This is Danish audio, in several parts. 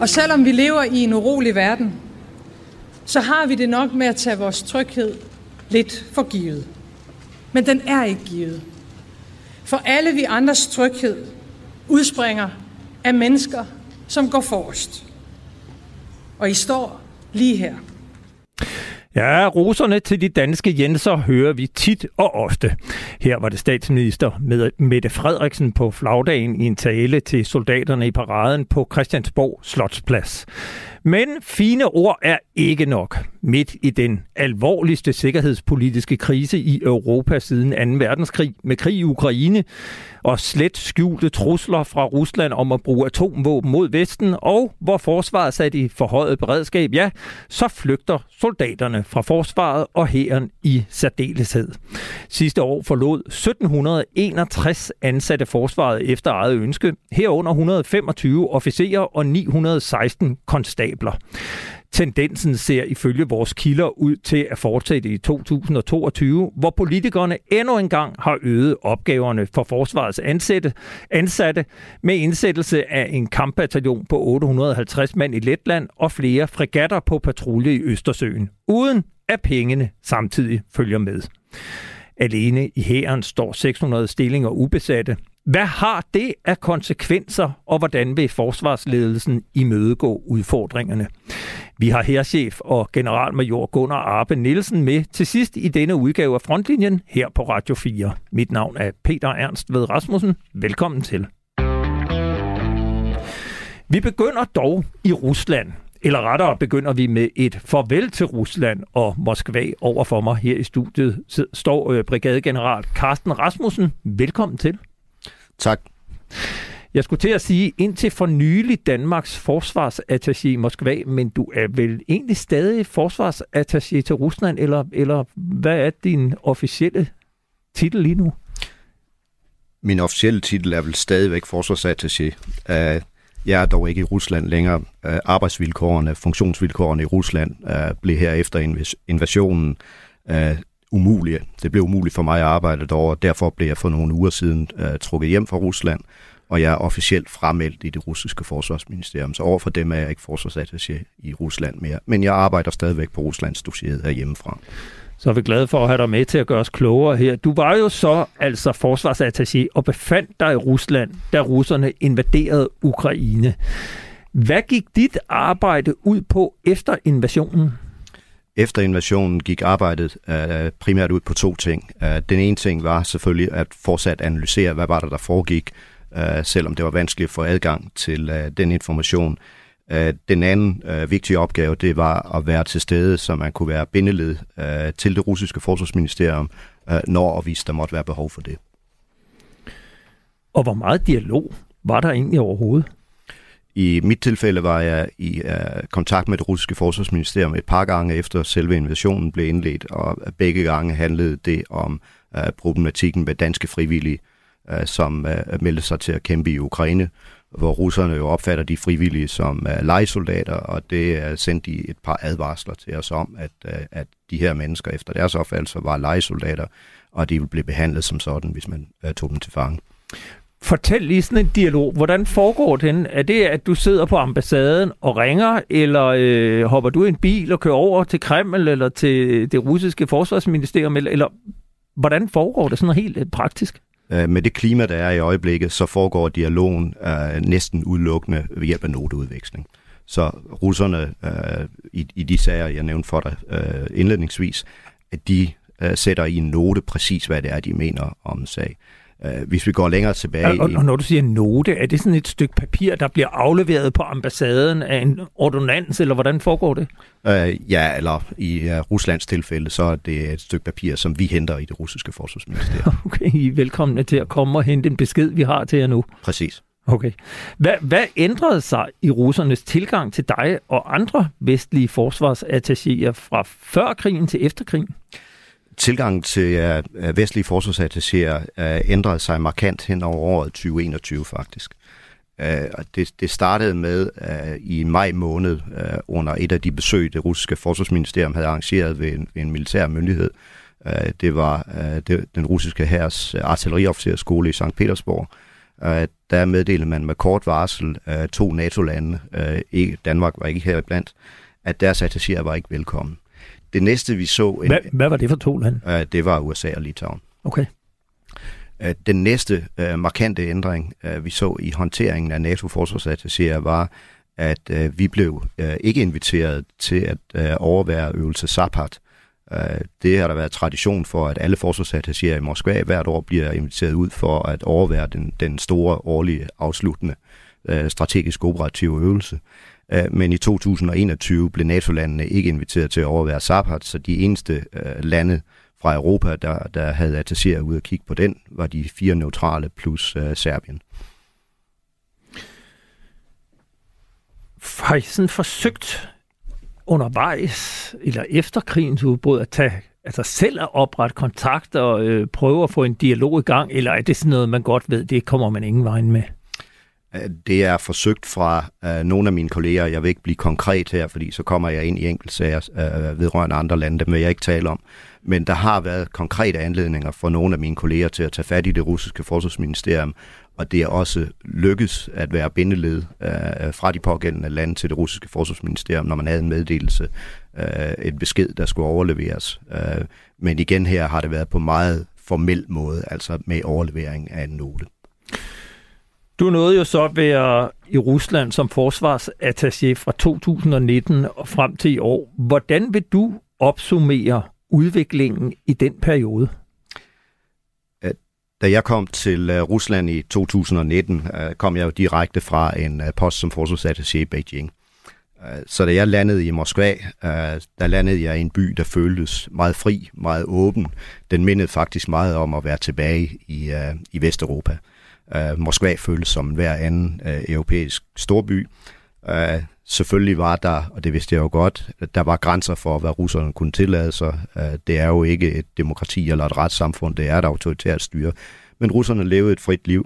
Og selvom vi lever i en urolig verden, så har vi det nok med at tage vores tryghed lidt for givet. Men den er ikke givet. For alle vi andres tryghed udspringer af mennesker, som går forrest. Og I står lige her. Ja, roserne til de danske Jenser hører vi tit og ofte. Her var det statsminister Mette Frederiksen på flagdagen i en tale til soldaterne i paraden på Christiansborg Slotsplads. Men fine ord er ikke nok. Midt i den alvorligste sikkerhedspolitiske krise i Europa siden 2. verdenskrig med krig i Ukraine og slet skjulte trusler fra Rusland om at bruge atomvåben mod Vesten, og hvor forsvaret er sat i forhøjet beredskab, ja, så flygter soldaterne fra forsvaret og hæren i særdeleshed. Sidste år forlod 1761 ansatte forsvaret efter eget ønske, herunder 125 officerer og 916 konstabler. Tendensen ser ifølge vores kilder ud til at fortsætte i 2022, hvor politikerne endnu engang har øget opgaverne for forsvarets ansatte med indsættelse af en kampbataljon på 850 mand i Letland og flere fregatter på patrulje i Østersøen, uden at pengene samtidig følger med. Alene i hæren står 600 stillinger ubesatte. Hvad har det af konsekvenser, og hvordan vil forsvarsledelsen imødegå udfordringerne? Vi har hærchef og generalmajor Gunnar Arpe Nielsen med til sidst i denne udgave af Frontlinjen her på Radio 4. Mit navn er Peter Ernst Ved Rasmussen. Velkommen til. Vi begynder dog i Rusland. Eller rettere begynder vi med et farvel til Rusland og Moskva. Overfor mig her i studiet står brigadegeneral Carsten Rasmussen. Velkommen til. Tak. Jeg skulle til at sige, indtil for nylig Danmarks forsvarsattaché i Moskva, men du er vel egentlig stadig forsvarsattaché til Rusland, eller hvad er din officielle titel lige nu? Min officielle titel er vel stadigvæk forsvarsattaché. Jeg er dog ikke i Rusland længere. Arbejdsvilkårene, funktionsvilkårene i Rusland blev her efter invasionen umulige. Det blev umuligt for mig at arbejde derovre, derfor blev jeg for nogle uger siden trukket hjem fra Rusland, og jeg er officielt frameldt i det russiske forsvarsministerium. Så overfor dem er jeg ikke forsvarsattaché i Rusland mere. Men jeg arbejder stadigvæk på Ruslands dossier herhjemmefra. Så er vi glade for at have dig med til at gøre os klogere her. Du var jo så altså forsvarsattaché og befandt dig i Rusland, da russerne invaderede Ukraine. Hvad gik dit arbejde ud på efter invasionen? Efter invasionen gik arbejdet primært ud på to ting. Den ene ting var selvfølgelig at fortsat analysere, hvad var der foregik, selvom det var vanskeligt at få adgang til den information. Den anden vigtige opgave, det var at være til stede, så man kunne være bindeled til det russiske forsvarsministerium, når og hvis der måtte være behov for det. Og hvor meget dialog var der egentlig overhovedet? I mit tilfælde var jeg i kontakt med det russiske forsvarsministerium et par gange efter selve invasionen blev indledt, og begge gange handlede det om problematikken med danske frivillige, som meldte sig til at kæmpe i Ukraine, hvor russerne jo opfatter de frivillige som lejesoldater, og det sendte de et par advarsler til os om, at de her mennesker efter deres opfattelse var lejesoldater, og de ville blive behandlet som sådan, hvis man tog dem til fange. Fortæl lige sådan en dialog. Hvordan foregår den? Er det, at du sidder på ambassaden og ringer, eller hopper du i en bil og kører over til Kreml eller til det russiske forsvarsministerium, eller hvordan foregår det sådan helt praktisk? Med det klima, der er i øjeblikket, så foregår dialogen næsten udelukkende ved hjælp af noteudveksling. Så russerne i de sager, jeg nævnte for dig indledningsvis, at de sætter i en note præcis, hvad det er, de mener om en sag. Hvis vi går længere tilbage... Og når du siger note, er det sådan et stykke papir, der bliver afleveret på ambassaden af en ordonnans, eller hvordan foregår det? Ja, eller i Ruslands tilfælde, så er det et stykke papir, som vi henter i det russiske forsvarsministerium. Okay, I er velkomne til at komme og hente en besked, vi har til jer nu. Præcis. Okay. Hvad ændrede sig i russernes tilgang til dig og andre vestlige forsvarsattachéer fra før krigen til efter krigen? Tilgangen til vestlige forsvarsattachéer ændrede sig markant hen over året 2021 faktisk. Det startede med i maj måned under et af de besøg, det russiske forsvarsministerium havde arrangeret ved en militær myndighed. Det var den russiske hærs artilleriofficersskole i Sankt Petersborg, Der meddelte man med kort varsel 2 NATO-lande, Danmark var ikke heriblandt, at deres attachéer var ikke velkommen. Det næste vi så... Hvad var det for 2 lande? Det var USA og Litauen. Okay. Den næste markante ændring, vi så i håndteringen af NATO-forsvarsattachéer, var, at vi blev ikke inviteret til at overvære øvelse Zapad. Det har der været tradition for, at alle forsvarsattachéer i Moskva hvert år bliver inviteret ud for at overvære den store årlige afsluttende strategisk operative øvelse. Men i 2021 blev NATO-landene ikke inviteret til at overvære Zapad, så de eneste lande fra Europa, der havde attachéer ude at kigge på den, var de 4 neutrale plus Serbien. Har I sådan forsøgt undervejs eller efter krigens udbrud at tage, altså selv at oprette kontakt og prøve at få en dialog i gang, eller er det sådan noget, man godt ved, det kommer man ingen vejen med? Det er forsøgt fra nogle af mine kolleger. Jeg vil ikke blive konkret her, fordi så kommer jeg ind i enkeltsager vedrørende andre lande, dem vil jeg ikke tale om. Men der har været konkrete anledninger for nogle af mine kolleger til at tage fat i det russiske forsvarsministerium, og det er også lykkes at være bindeled fra de pågældende lande til det russiske forsvarsministerium, når man havde en meddelelse, et besked, der skulle overleveres. Men igen her har det været på meget formel måde, altså med overlevering af en note. Du nåede jo så at være i Rusland som forsvarsattaché fra 2019 og frem til i år. Hvordan vil du opsummere udviklingen i den periode? Da jeg kom til Rusland i 2019, kom jeg jo direkte fra en post som forsvarsattaché i Beijing. Så da jeg landede i Moskva, der landede jeg i en by, der føltes meget fri, meget åben. Den mindede faktisk meget om at være tilbage i Vesteuropa. Moskva føltes som hver anden europæisk storby. Selvfølgelig var der, og det vidste jeg jo godt, der var grænser for, hvad russerne kunne tillade sig. Det er jo ikke et demokrati eller et retssamfund, det er et autoritært styre. Men russerne levede et frit liv.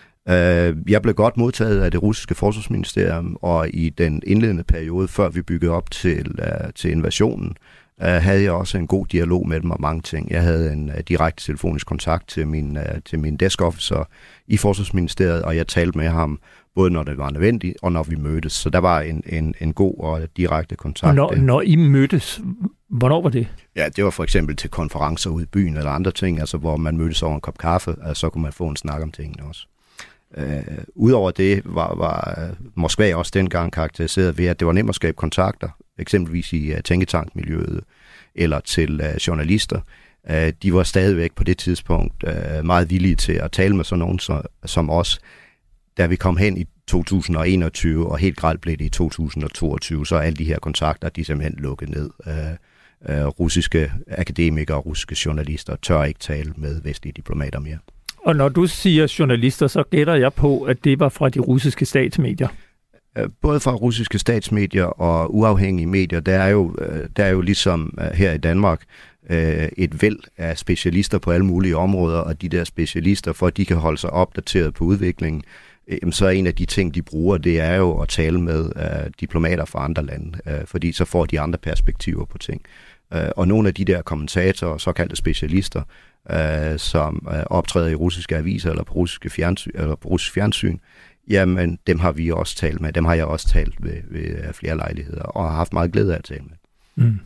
Jeg blev godt modtaget af det russiske forsvarsministerium, og i den indledende periode, før vi byggede op til invasionen, havde jeg også en god dialog med dem om mange ting. Jeg havde en direkte telefonisk kontakt til min desk officer i forsvarsministeriet, og jeg talte med ham både når det var nødvendigt, og når vi mødtes. Så der var en god og direkte kontakt. Og når I mødtes, hvornår var det? Ja, det var for eksempel til konferencer ude i byen eller andre ting, altså hvor man mødtes over en kop kaffe, så kunne man få en snak om tingene også. Udover det var Moskva også dengang karakteriseret ved, at det var nemt at skabe kontakter, eksempelvis i tænketankmiljøet eller til journalister. De var stadigvæk på det tidspunkt meget villige til at tale med sådan nogen som os. Da vi kom hen i 2021, og helt grelt blev det i 2022, så er alle de her kontakter, de simpelthen lukket ned. Russiske akademikere og russiske journalister tør ikke tale med vestlige diplomater mere. Og når du siger journalister, så gætter jeg på, at det var fra de russiske statsmedier. Både fra russiske statsmedier og uafhængige medier. Der er jo ligesom her i Danmark et væld af specialister på alle mulige områder, og de der specialister, for at de kan holde sig opdateret på udviklingen, så er en af de ting, de bruger, det er jo at tale med diplomater fra andre lande, fordi så får de andre perspektiver på ting. Og nogle af de der kommentatorer, såkaldte specialister, som optræder i russiske aviser eller på russisk fjernsyn, jamen dem har vi også talt med. Dem har jeg også talt ved flere lejligheder, og har haft meget glæde af at tale med. Mm.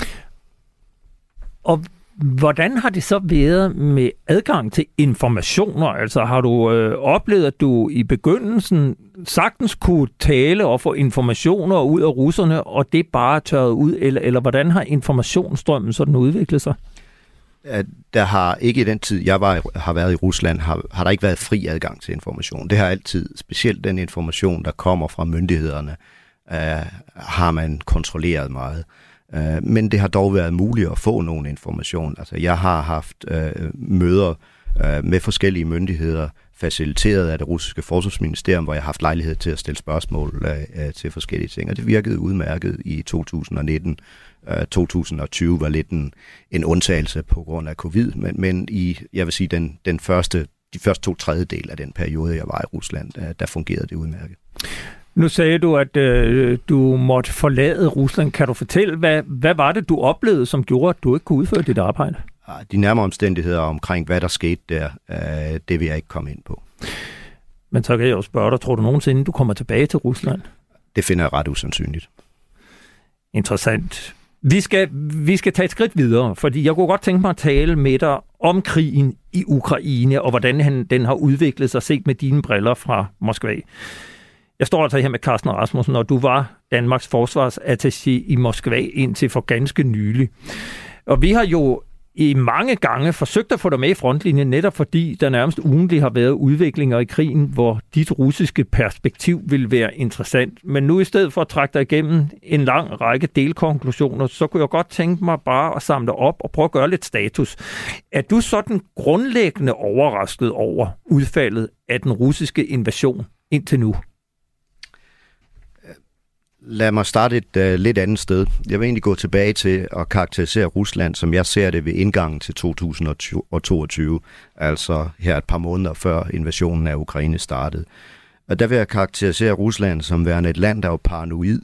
Og hvordan har det så været med adgang til informationer? Altså har du oplevet, at du i begyndelsen sagtens kunne tale og få informationer ud af russerne, og det bare tørret ud? Eller hvordan har informationsstrømmen sådan udviklet sig? Der har ikke i den tid, jeg har været i Rusland, har der ikke været fri adgang til information. Det har altid, specielt den information, der kommer fra myndighederne, har man kontrolleret meget. Men det har dog været muligt at få nogen information. Altså, jeg har haft møder med forskellige myndigheder, faciliteret af det russiske forsvarsministerium, hvor jeg har haft lejlighed til at stille spørgsmål til forskellige ting, og det virkede udmærket i 2019. 2020 var lidt en undtagelse på grund af covid, men jeg vil sige, de første 2/3 af den periode, jeg var i Rusland, der fungerede det udmærket. Nu sagde du, at du måtte forlade Rusland. Kan du fortælle, hvad var det, du oplevede, som gjorde, at du ikke kunne udføre dit arbejde? De nærmere omstændigheder omkring, hvad der skete der, det vil jeg ikke komme ind på. Men så kan jeg jo spørge dig, tror du nogensinde, du kommer tilbage til Rusland? Det finder jeg ret usandsynligt. Interessant. Vi skal tage et skridt videre, fordi jeg kunne godt tænke mig at tale med dig om krigen i Ukraine, og hvordan den har udviklet sig set med dine briller fra Moskva. Jeg står altså her med Carsten Rasmussen, og du var Danmarks forsvarsattaché i Moskva indtil for ganske nylig. Og vi har jo i mange gange forsøgt at få dig med i frontlinjen, netop fordi der nærmest ugentligt har været udviklinger i krigen, hvor dit russiske perspektiv vil være interessant. Men nu i stedet for at trække dig igennem en lang række delkonklusioner, så kunne jeg godt tænke mig bare at samle op og prøve at gøre lidt status. Er du sådan grundlæggende overrasket over udfaldet af den russiske invasion indtil nu? Lad mig starte et lidt andet sted. Jeg vil egentlig gå tilbage til at karakterisere Rusland, som jeg ser det ved indgangen til 2022, altså her et par måneder før invasionen af Ukraine startede. Og der vil jeg karakterisere Rusland som værende et land, der var paranoid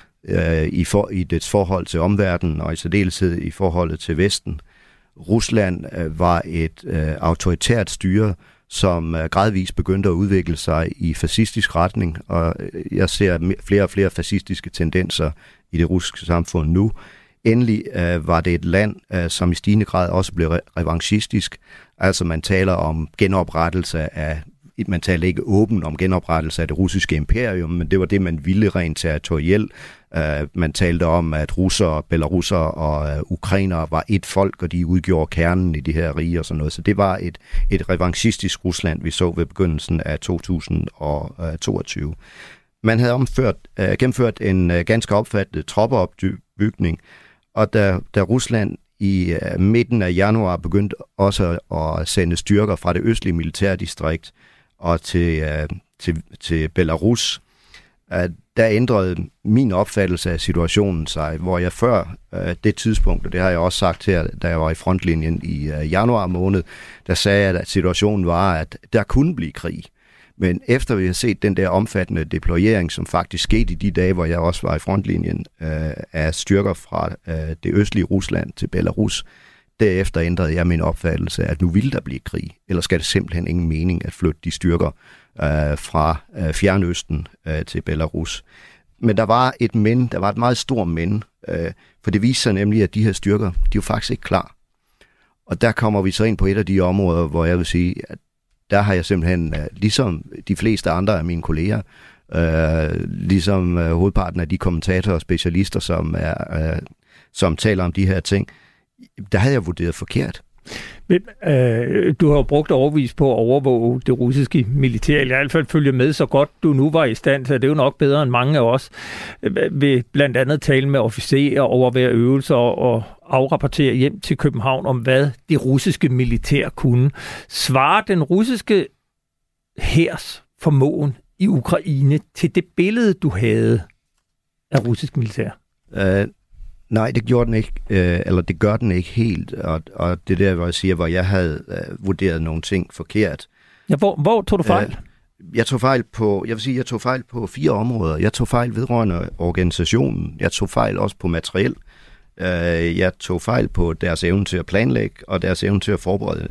i dets forhold til omverdenen, og i særdeleshed i forholdet til Vesten. Rusland var et autoritært styre, som gradvist begyndte at udvikle sig i fascistisk retning, og jeg ser flere og flere fascistiske tendenser i det russiske samfund nu. Endelig var det et land, som i stigende grad også blev revanchistisk, altså man taler om genoprettelse af, man taler ikke åbent om genoprettelse af det russiske imperium, men det var det, man ville rent territorielt. Man talte om, at russere, belarussere og ukrainere var et folk, og de udgjorde kernen i de her rige og sådan noget. Så det var et revanchistisk Rusland, vi så ved begyndelsen af 2022. Man havde gennemført en ganske opfattet troppeopbygning, og da Rusland i midten af januar begyndte også at sende styrker fra det østlige militærdistrikt og til Belarus, der ændrede min opfattelse af situationen sig, hvor jeg før det tidspunkt, og det har jeg også sagt her, da jeg var i frontlinjen i januar måned, der sagde jeg, at situationen var, at der kunne blive krig. Men efter vi har set den der omfattende deployering, som faktisk skete i de dage, hvor jeg også var i frontlinjen af styrker fra det østlige Rusland til Belarus, derefter ændrede jeg min opfattelse, at nu vil der blive krig, eller skal det simpelthen ingen mening at flytte de styrker fra Fjernøsten til Belarus. Men der var et meget stort men, for det viste sig nemlig, at de her styrker, de er jo faktisk ikke klar. Og der kommer vi så ind på et af de områder, hvor jeg vil sige, at der har jeg simpelthen, ligesom de fleste andre af mine kolleger, ligesom hovedparten af de kommentatorer og specialister, som taler om de her ting, der havde jeg vurderet forkert. Du har jo brugt overvis på at overvåge det russiske militær, eller i hvert fald følge med så godt du nu var i stand til. Det er jo nok bedre end mange af os. Vil blandt andet tale med officerer, overvære øvelser og afrapportere hjem til København om, hvad det russiske militær kunne. Svarer den russiske hærs formåen i Ukraine til det billede, du havde af russisk militær? Nej, det gjorde den ikke, eller det gør den ikke helt, og det der, hvor jeg siger, hvor jeg havde vurderet nogle ting forkert. Ja, hvor tog du fejl? Jeg tog fejl på 4 områder. Jeg tog fejl vedrørende organisationen. Jeg tog fejl også på materiel. Jeg tog fejl på deres evne til at planlægge, og deres evne til at forberede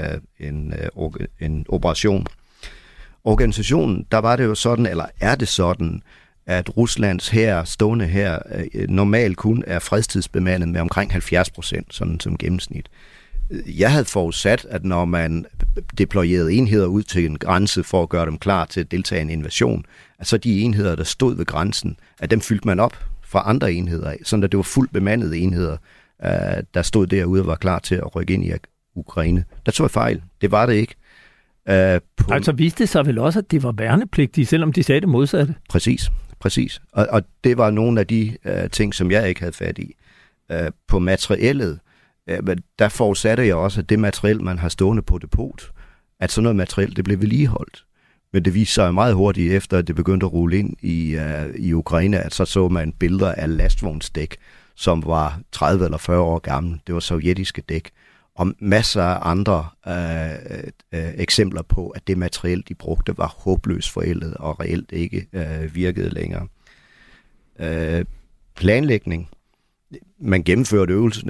en operation. Organisationen, der var det jo sådan, eller er det sådan, at Ruslands stående hær normalt kun er fredstidsbemandet med omkring 70%, sådan som gennemsnit. Jeg havde forudsat, at når man deployerede enheder ud til en grænse for at gøre dem klar til at deltage i en invasion, at så de enheder, der stod ved grænsen, at dem fyldte man op fra andre enheder af, sådan at det var fuldt bemandede enheder, der stod derude og var klar til at rykke ind i Ukraine. Der tog jeg fejl. Det var det ikke. Altså viste det sig vel også, at det var værnepligtige, selvom de sagde det modsatte? Præcis. Og det var nogle af de ting, som jeg ikke havde fat i. På materiellet, der forudsatte jeg også, at det materiel, man har stående på depot, at sådan noget materiel, det blev vedligeholdt. Men det viste sig meget hurtigt efter, at det begyndte at rulle ind i Ukraine, at så man billeder af lastvognsdæk, som var 30 eller 40 år gamle. Det var sovjetiske dæk. Og masser af andre eksempler på, at det materiel, de brugte, var håbløst forældet og reelt ikke virkede længere. Planlægning. man gennemførte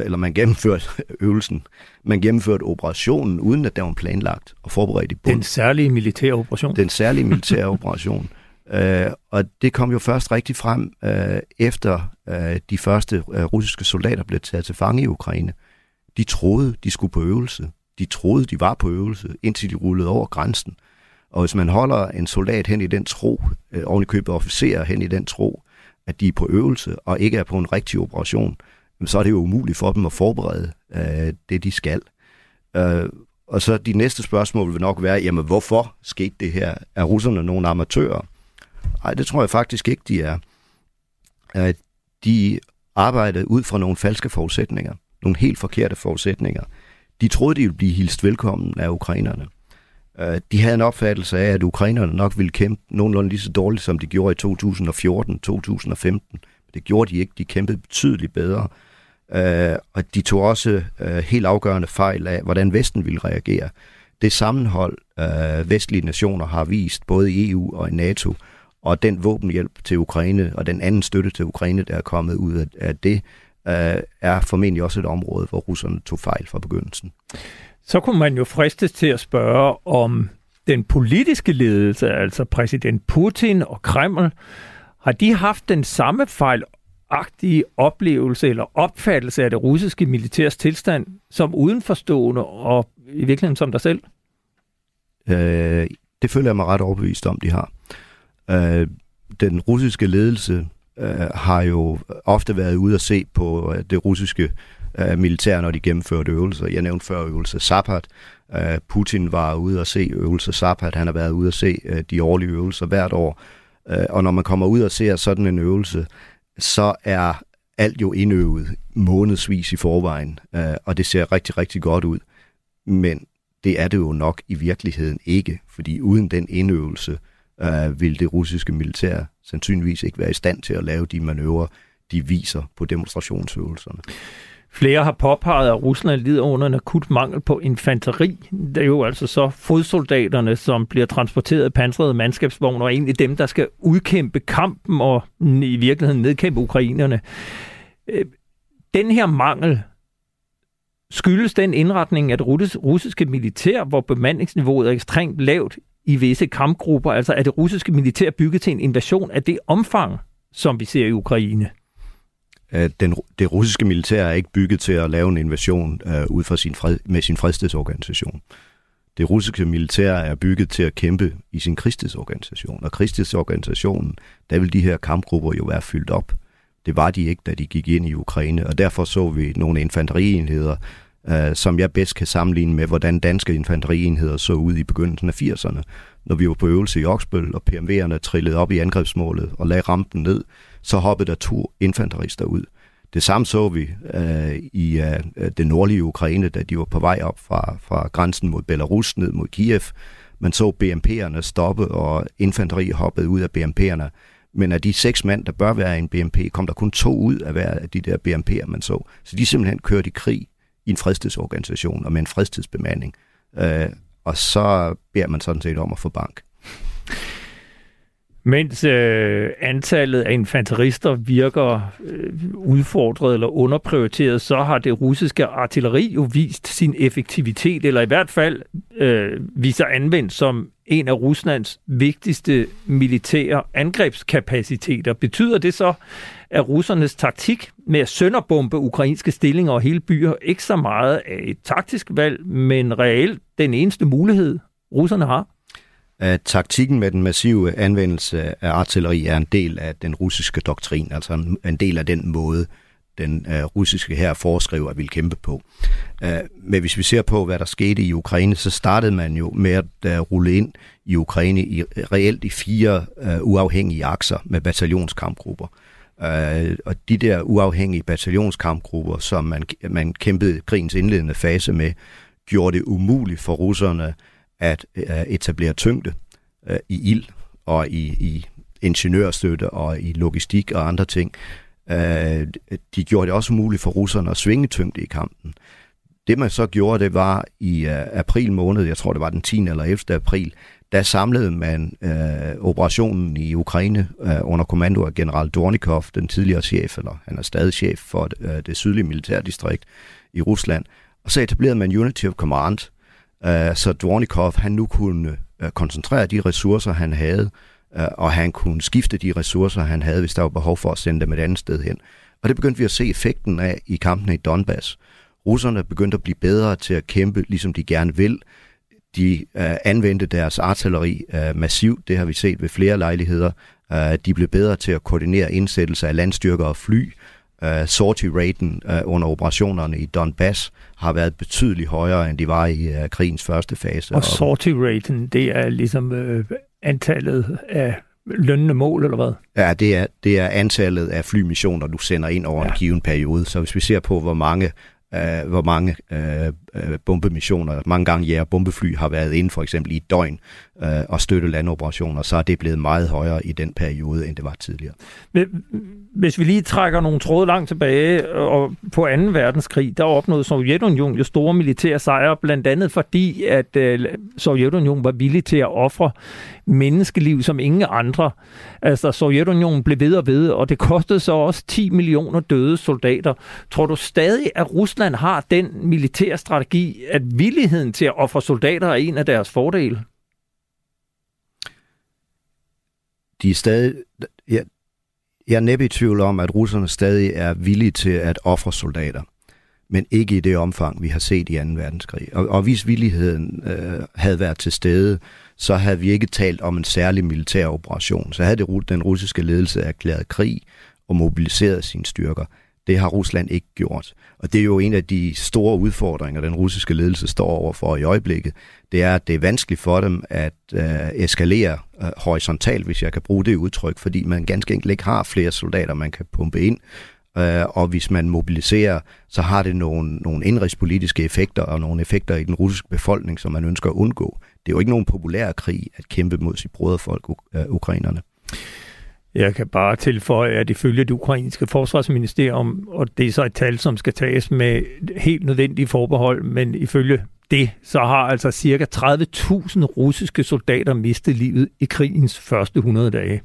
operationen, uden at der var planlagt og forberedt i bund. Den særlige militære operation. Og det kom jo først rigtig frem, efter de første russiske soldater blev taget til fange i Ukraine. De troede, de skulle på øvelse. De troede, de var på øvelse, indtil de rullede over grænsen. Og hvis man holder en soldat hen i den tro, ovenikøbet officerer hen i den tro, at de er på øvelse og ikke er på en rigtig operation, så er det jo umuligt for dem at forberede det, de skal. Og så de næste spørgsmål vil nok være, jamen hvorfor skete det her? Er russerne nogle amatører? Nej, det tror jeg faktisk ikke, de er. De arbejdede ud fra nogle falske forudsætninger, nogle helt forkerte forudsætninger. De troede, de ville blive hilst velkommen af ukrainerne. De havde en opfattelse af, at ukrainerne nok ville kæmpe nogenlunde lige så dårligt, som de gjorde i 2014, 2015. Det gjorde de ikke. De kæmpede betydeligt bedre. Og de tog også helt afgørende fejl af, hvordan Vesten ville reagere. Det sammenhold, vestlige nationer har vist, både i EU og i NATO, og den våbenhjælp til Ukraine, og den anden støtte til Ukraine, der er kommet ud af det, er formentlig også et område, hvor russerne tog fejl fra begyndelsen. Så kunne man jo fristes til at spørge om den politiske ledelse, altså præsident Putin og Kreml, har de haft den samme fejlagtige oplevelse eller opfattelse af det russiske militærs tilstand som udenforstående og i virkeligheden som dig selv? Det føler jeg mig ret overbevist om, de har. Den russiske ledelse har jo ofte været ude at se på det russiske militær, når de gennemførte øvelser. Jeg nævnte før øvelse Zapad. Putin var ude at se øvelse Zapad. Han har været ude at se de årlige øvelser hvert år. Og når man kommer ud og ser sådan en øvelse, så er alt jo indøvet månedsvis i forvejen. Og det ser rigtig, rigtig godt ud. Men det er det jo nok i virkeligheden ikke, fordi uden den indøvelse vil det russiske militær sandsynligvis ikke være i stand til at lave de manøvrer, de viser på demonstrationsøvelserne. Flere har påpeget, at Rusland lider under en akut mangel på infanteri. Det er jo altså så fodsoldaterne, som bliver transporteret i pansrede mandskabsvogne, og egentlig dem, der skal udkæmpe kampen og i virkeligheden nedkæmpe ukrainerne. Den her mangel, skyldes den indretning af det russiske militær, hvor bemandingsniveauet er ekstremt lavt i visse kampgrupper, altså er det russiske militær bygget til en invasion af det omfang, som vi ser i Ukraine? Det russiske militær er ikke bygget til at lave en invasion ud fra med sin fredstidsorganisation. Det russiske militær er bygget til at kæmpe i sin krigstidsorganisation, og krigstidsorganisationen, der vil de her kampgrupper jo være fyldt op. Det var de ikke, da de gik ind i Ukraine, og derfor så vi nogle infanterienheder, som jeg bedst kan sammenligne med, hvordan danske infanterienheder så ud i begyndelsen af 80'erne. Når vi var på øvelse i Oksbøl, og PMV'erne trillede op i angrebsmålet og lagde rampen ned, så hoppede der 2 infanterister ud. Det samme så vi i det nordlige Ukraine, da de var på vej op fra grænsen mod Belarus ned mod Kiev. Man så BMP'erne stoppe, og infanteri hoppede ud af BMP'erne. Men af de 6 mand, der bør være i en BMP, kom der kun 2 ud af hver af de der BMP'er, man så. Så de simpelthen kørte i krig i en fredstidsorganisation og med en fredstidsbemanding. Og så beder man sådan set om at få bank. Mens antallet af infanterister virker udfordret eller underprioriteret, så har det russiske artilleri jo vist sin effektivitet, eller i hvert fald viser anvendt som en af Ruslands vigtigste militære angrebskapaciteter. Betyder det så, at russernes taktik med at sønderbombe ukrainske stillinger og hele byer ikke så meget af et taktisk valg, men reelt den eneste mulighed, russerne har? At taktikken med den massive anvendelse af artilleri er en del af den russiske doktrin, altså en del af den måde, den russiske hær foreskriver at ville kæmpe på. Men hvis vi ser på, hvad der skete i Ukraine, så startede man jo med at rulle ind i Ukraine reelt i 4 uafhængige akser med bataljonskampgrupper. Og de der uafhængige bataljonskampgrupper, som man kæmpede krigens indledende fase med, gjorde det umuligt for russerne at etablere tyngde i ild og i ingeniørstøtte og i logistik og andre ting. De gjorde det også muligt for russerne at svinge tyngde i kampen. Det man så gjorde, det var i april måned, jeg tror det var den 10. eller 11. april, der samlede man operationen i Ukraine under kommando af general Dornikov, den tidligere chef, eller han er stadig chef for det sydlige militærdistrikt i Rusland. Og så etablerede man Unity of Command, så Dornikov han nu kunne koncentrere de ressourcer, han havde, og han kunne skifte de ressourcer, han havde, hvis der var behov for at sende dem et andet sted hen. Og det begyndte vi at se effekten af i kampene i Donbass. Russerne begyndte at blive bedre til at kæmpe, ligesom de gerne vil. De anvendte deres artilleri massivt, det har vi set ved flere lejligheder. De blev bedre til at koordinere indsættelse af landstyrker og fly. Sortie-raten under operationerne i Donbass har været betydeligt højere, end de var i krigens første fase. Og sortie-raten, det er ligesom antallet af lønnende mål, eller hvad? Ja, det er antallet af flymissioner, du sender ind over en given periode. Så hvis vi ser på, hvor mange bombemissioner, mange gange bombefly har været inde, for eksempel i et døgn, og støtte landoperationer, så er det blevet meget højere i den periode, end det var tidligere. Hvis vi lige trækker nogle tråde langt tilbage, og på 2. verdenskrig, der opnåede Sovjetunionen jo store militære sejre, blandt andet fordi, at Sovjetunionen var villig til at ofre menneskeliv som ingen andre. Altså, Sovjetunionen blev ved og ved, og det kostede så også 10 millioner døde soldater. Tror du stadig, at Rusland har den militære strategi, at villigheden til at ofre soldater er en af deres fordele? De er stadig... Jeg er næppe i tvivl om, at russerne stadig er villige til at ofre soldater, men ikke i det omfang, vi har set i 2. verdenskrig. Og hvis villigheden havde været til stede, så havde vi ikke talt om en særlig militær operation. Så havde den russiske ledelse erklæret krig og mobiliseret sine styrker. Det har Rusland ikke gjort. Og det er jo en af de store udfordringer, den russiske ledelse står overfor i øjeblikket. Det er, at det er vanskeligt for dem at eskalere horisontalt, hvis jeg kan bruge det udtryk, fordi man ganske enkelt ikke har flere soldater, man kan pumpe ind. Og hvis man mobiliserer, så har det nogle indrigspolitiske effekter og nogle effekter i den russiske befolkning, som man ønsker at undgå. Det er jo ikke nogen populær krig at kæmpe mod sit broderfolk, ukrainerne. Jeg kan bare tilføje, at ifølge det ukrainske forsvarsministerium, og det er så et tal, som skal tages med helt nødvendige forbehold, men ifølge det, så har altså ca. 30.000 russiske soldater mistet livet i krigens første 100 dage.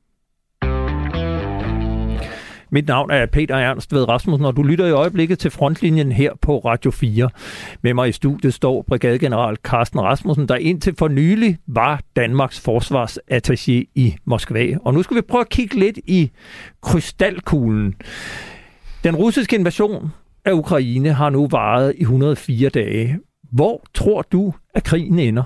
Mit navn er Peter Ernst Ved Rasmussen, og du lytter i øjeblikket til Frontlinjen her på Radio 4. Med mig i studiet står brigadegeneral Carsten Rasmussen, der indtil for nylig var Danmarks forsvarsattaché i Moskva. Og nu skal vi prøve at kigge lidt i krystalkuglen. Den russiske invasion af Ukraine har nu varet i 104 dage. Hvor tror du, at krigen ender?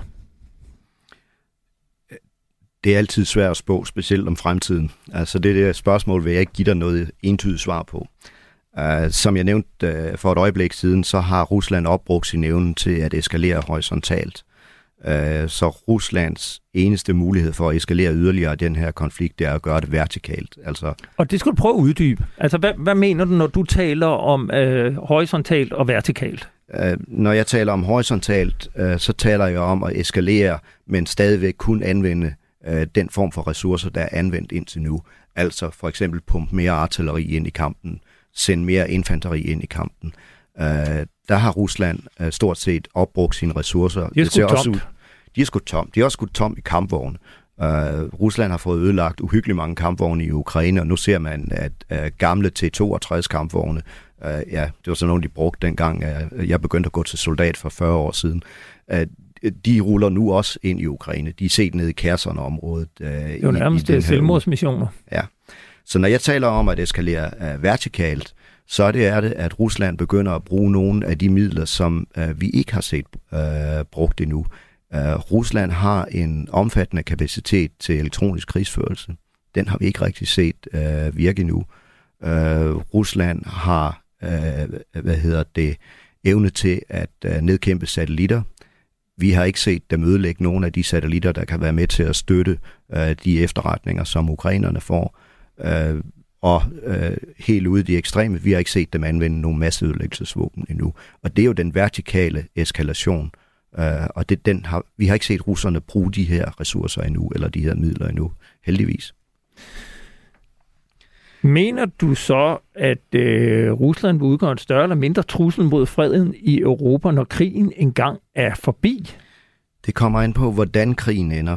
Det er altid svært at spå, specielt om fremtiden. Altså det der spørgsmål vil jeg ikke give dig noget entydigt svar på. Som jeg nævnte for et øjeblik siden, så har Rusland opbrugt sin evne til at eskalere horisontalt. Så Ruslands eneste mulighed for at eskalere yderligere den her konflikt, det er at gøre det vertikalt. Altså, og det skal du prøve at uddybe. Altså hvad mener du, når du taler om horisontalt og vertikalt? Når jeg taler om horisontalt, så taler jeg om at eskalere, men stadigvæk kun anvende den form for ressourcer, der er anvendt indtil nu. Altså for eksempel pumpe mere artilleri ind i kampen, sende mere infanteri ind i kampen. Der har Rusland stort set opbrugt sine ressourcer. De er sgu tomt. De er også skudt tom i kampvogne. Rusland har fået ødelagt uhyggeligt mange kampvogne i Ukraine, og nu ser man, at gamle T-62 kampvogne, det var sådan nogle, de brugte dengang, jeg begyndte at gå til soldat for 40 år siden, de ruller nu også ind i Ukraine. De er set nede i Kherson-området. Det er jo nærmest selvmordsmissioner. Ja. Så når jeg taler om at eskalere vertikalt, så er det, at Rusland begynder at bruge nogle af de midler, som vi ikke har set brugt endnu. Rusland har en omfattende kapacitet til elektronisk krigsførelse. Den har vi ikke rigtig set virke endnu. Rusland har evne til at nedkæmpe satellitter. Vi har ikke set dem ødelægge nogle af de satellitter, der kan være med til at støtte de efterretninger, som ukrainerne får. Helt ude i de ekstreme, vi har ikke set dem anvende nogle masseødelæggelsesvåben endnu. Og det er jo den vertikale eskalation. Og vi har ikke set russerne bruge de her ressourcer endnu, eller de her midler endnu, heldigvis. Mener du så, at Rusland vil udgøre en større eller mindre trussel mod freden i Europa, når krigen engang er forbi? Det kommer ind på, hvordan krigen ender.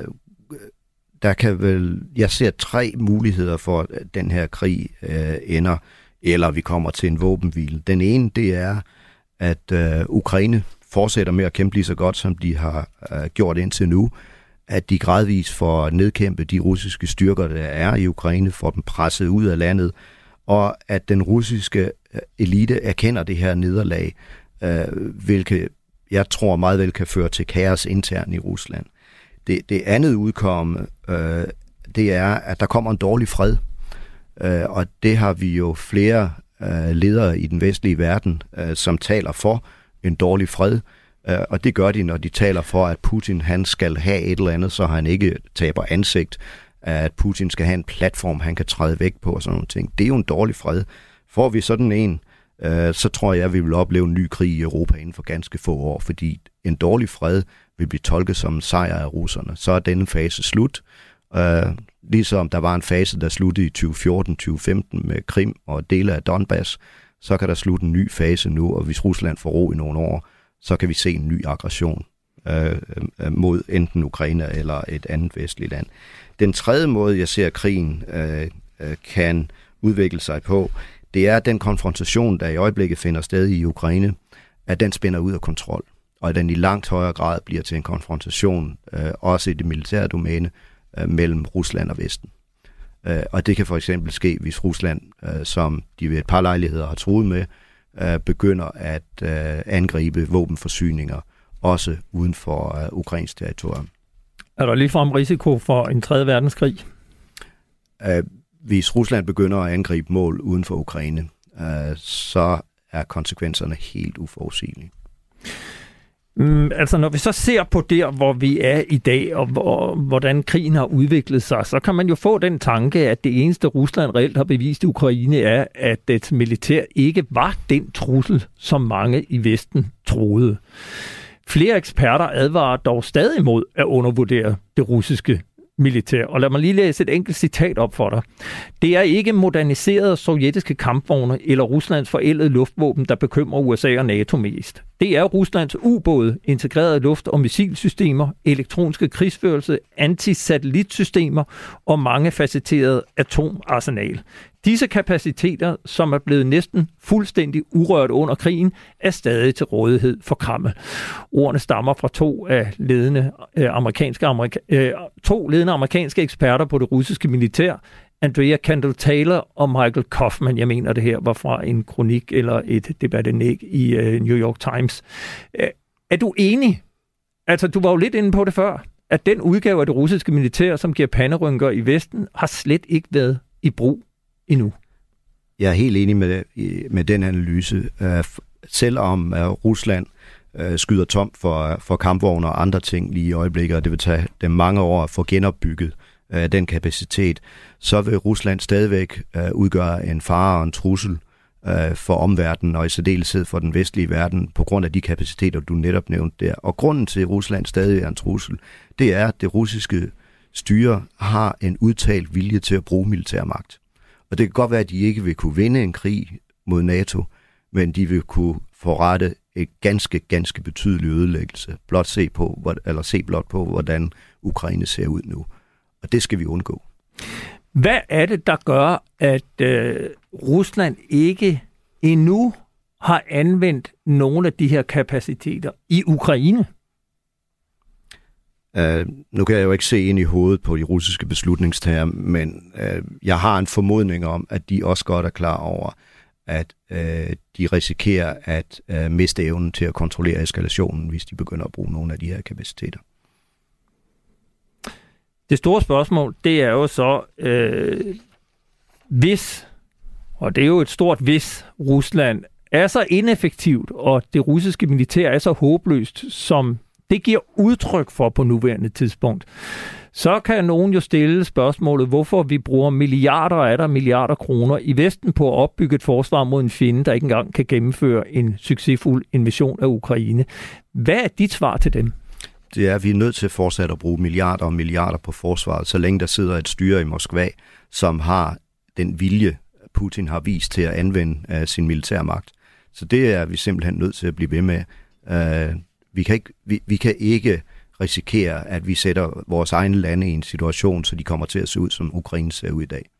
Jeg ser 3 muligheder for, at den her krig ender, eller vi kommer til en våbenhvile. Den ene, det er, at Ukraine fortsætter med at kæmpe lige så godt, som de har gjort indtil nu, at de gradvist får nedkæmpet de russiske styrker, der er i Ukraine, får dem presset ud af landet, og at den russiske elite erkender det her nederlag, hvilket jeg tror meget vel kan føre til kaos internt i Rusland. Det andet udkomme, det er, at der kommer en dårlig fred, og det har vi jo flere ledere i den vestlige verden, som taler for en dårlig fred, og det gør de, når de taler for, at Putin han skal have et eller andet, så han ikke taber ansigt, at Putin skal have en platform, han kan træde væk på og sådan nogle ting. Det er jo en dårlig fred. Får vi sådan en, så tror jeg, vi vil opleve en ny krig i Europa inden for ganske få år, fordi en dårlig fred vil blive tolket som en sejr af russerne. Så er denne fase slut. Ligesom der var en fase, der sluttede i 2014-2015 med Krim og dele af Donbass, så kan der slutte en ny fase nu, og hvis Rusland får ro i nogle år, så kan vi se en ny aggression mod enten Ukraine eller et andet vestligt land. Den tredje måde, jeg ser krigen kan udvikle sig på, det er den konfrontation, der i øjeblikket finder sted i Ukraine, at den spænder ud af kontrol, og at den i langt højere grad bliver til en konfrontation, også i det militære domæne, mellem Rusland og Vesten. Og det kan for eksempel ske, hvis Rusland, som de ved et par lejligheder har truet med, begynder at angribe våbenforsyninger, også uden for ukrainsk territorium. Er der ligefrem risiko for en 3. verdenskrig? Hvis Rusland begynder at angribe mål uden for Ukraine, så er konsekvenserne helt uforudsigelige. Altså når vi så ser på der, hvor vi er i dag, og hvordan krigen har udviklet sig, så kan man jo få den tanke, at det eneste Rusland reelt har bevist i Ukraine er, at dets militær ikke var den trussel, som mange i Vesten troede. Flere eksperter advarer dog stadig imod at undervurdere det russiske militær. Og lad mig lige læse et enkelt citat op for dig. Det er ikke moderniserede sovjetiske kampvogne eller Ruslands forældede luftvåben, der bekymrer USA og NATO mest. Det er Ruslands ubåde, integrerede luft- og missilsystemer, elektroniske krigsførelse, antisatellitsystemer og mangefacetterede atomarsenal. Disse kapaciteter, som er blevet næsten fuldstændig urørt under krigen, er stadig til rådighed for Kreml. Ordene stammer fra to ledende amerikanske eksperter på det russiske militær, Andrea Kendall Taylor og Michael Kaufman. Jeg mener, det her var fra en kronik eller et debatindlæg i New York Times. Er du enig? Altså, du var jo lidt inde på det før, at den udgave af det russiske militær, som giver panderynker i Vesten, har slet ikke været i brug endnu. Jeg er helt enig med den analyse. Selvom Rusland skyder tom for kampvogne og andre ting lige i øjeblikket, og det vil tage dem mange år at få genopbygget den kapacitet, så vil Rusland stadigvæk udgøre en fare og en trussel for omverdenen, og i særdeleshed for den vestlige verden, på grund af de kapaciteter, du netop nævnte der. Og grunden til, at Rusland stadig er en trussel, det er, at det russiske styre har en udtalt vilje til at bruge militærmagt. Og det kan godt være, at de ikke vil kunne vinde en krig mod NATO, men de vil kunne forrette et ganske betydelig ødelæggelse. Se blot på, hvordan Ukraine ser ud nu. Og det skal vi undgå. Hvad er det, der gør, at Rusland ikke endnu har anvendt nogle af de her kapaciteter i Ukraine? Nu kan jeg jo ikke se ind i hovedet på de russiske beslutningstager, men jeg har en formodning om, at de også godt er klar over, at de risikerer at miste evnen til at kontrollere eskalationen, hvis de begynder at bruge nogle af de her kapaciteter. Det store spørgsmål, det er jo så, hvis, og det er jo et stort hvis, Rusland er så ineffektivt, og det russiske militær er så håbløst, som det giver udtryk for på nuværende tidspunkt, så kan nogen jo stille spørgsmålet, hvorfor vi bruger milliarder kroner i Vesten på at opbygge et forsvar mod en fjende, der ikke engang kan gennemføre en succesfuld invasion af Ukraine. Hvad er dit svar til dem? Det er, at vi er nødt til at fortsætte at bruge milliarder og milliarder på forsvaret, så længe der sidder et styre i Moskva, som har den vilje, Putin har vist til at anvende sin militærmagt. Så det er vi simpelthen nødt til at blive ved med. Vi kan ikke risikere, at vi sætter vores egne lande i en situation, så de kommer til at se ud, som Ukraine ser ud i dag.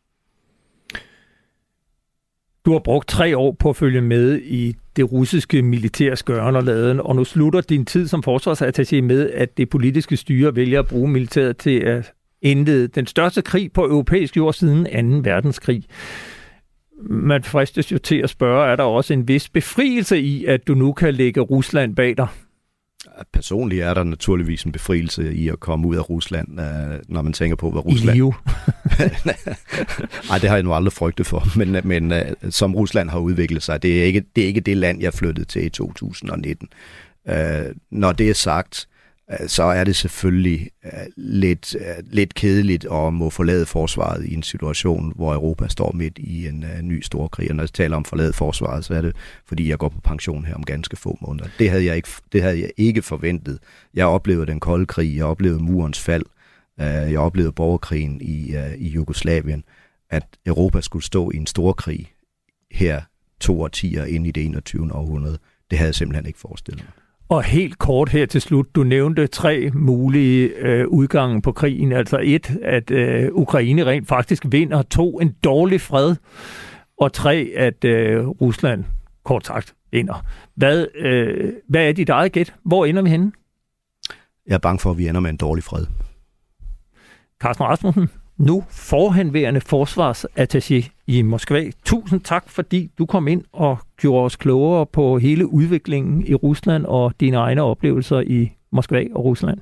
Du har brugt 3 år på at følge med i det russiske militærs gøren og laden, og nu slutter din tid som forsvarsattaché med, at det politiske styre vælger at bruge militæret til at indlede den største krig på europæisk jord siden 2. verdenskrig. Man fristes jo til at spørge, er der også en vis befrielse i, at du nu kan lægge Rusland bag dig? Personligt er der naturligvis en befrielse i at komme ud af Rusland, når man tænker på, hvad Rusland... I live? Nej, det har jeg nu aldrig frygtet for, men som Rusland har udviklet sig, det er ikke det land, jeg flyttede til i 2019. Når det er sagt, så er det selvfølgelig lidt kedeligt at må forlade forsvaret i en situation, hvor Europa står midt i en ny storkrig. Og når jeg taler om forlade forsvaret, så er det, fordi jeg går på pension her om ganske få måneder. Det havde jeg ikke forventet. Jeg oplevede den kolde krig, jeg oplevede murens fald, jeg oplevede borgerkrigen i Jugoslavien. At Europa skulle stå i en storkrig her 2 årtier ind i det 21. århundrede, det havde jeg simpelthen ikke forestillet mig. Og helt kort her til slut, du nævnte 3 mulige udgange på krigen. Altså 1, at Ukraine rent faktisk vinder, 2, en dårlig fred, og 3, at Rusland kort sagt vinder. Hvad er dit eget gæt? Hvor ender vi henne? Jeg er bange for, at vi ender med en dårlig fred. Carsten Rasmussen, nu forhenværende forsvarsattaché i Moskva. Tusind tak, fordi du kom ind og gjorde os klogere på hele udviklingen i Rusland og dine egne oplevelser i Moskva og Rusland.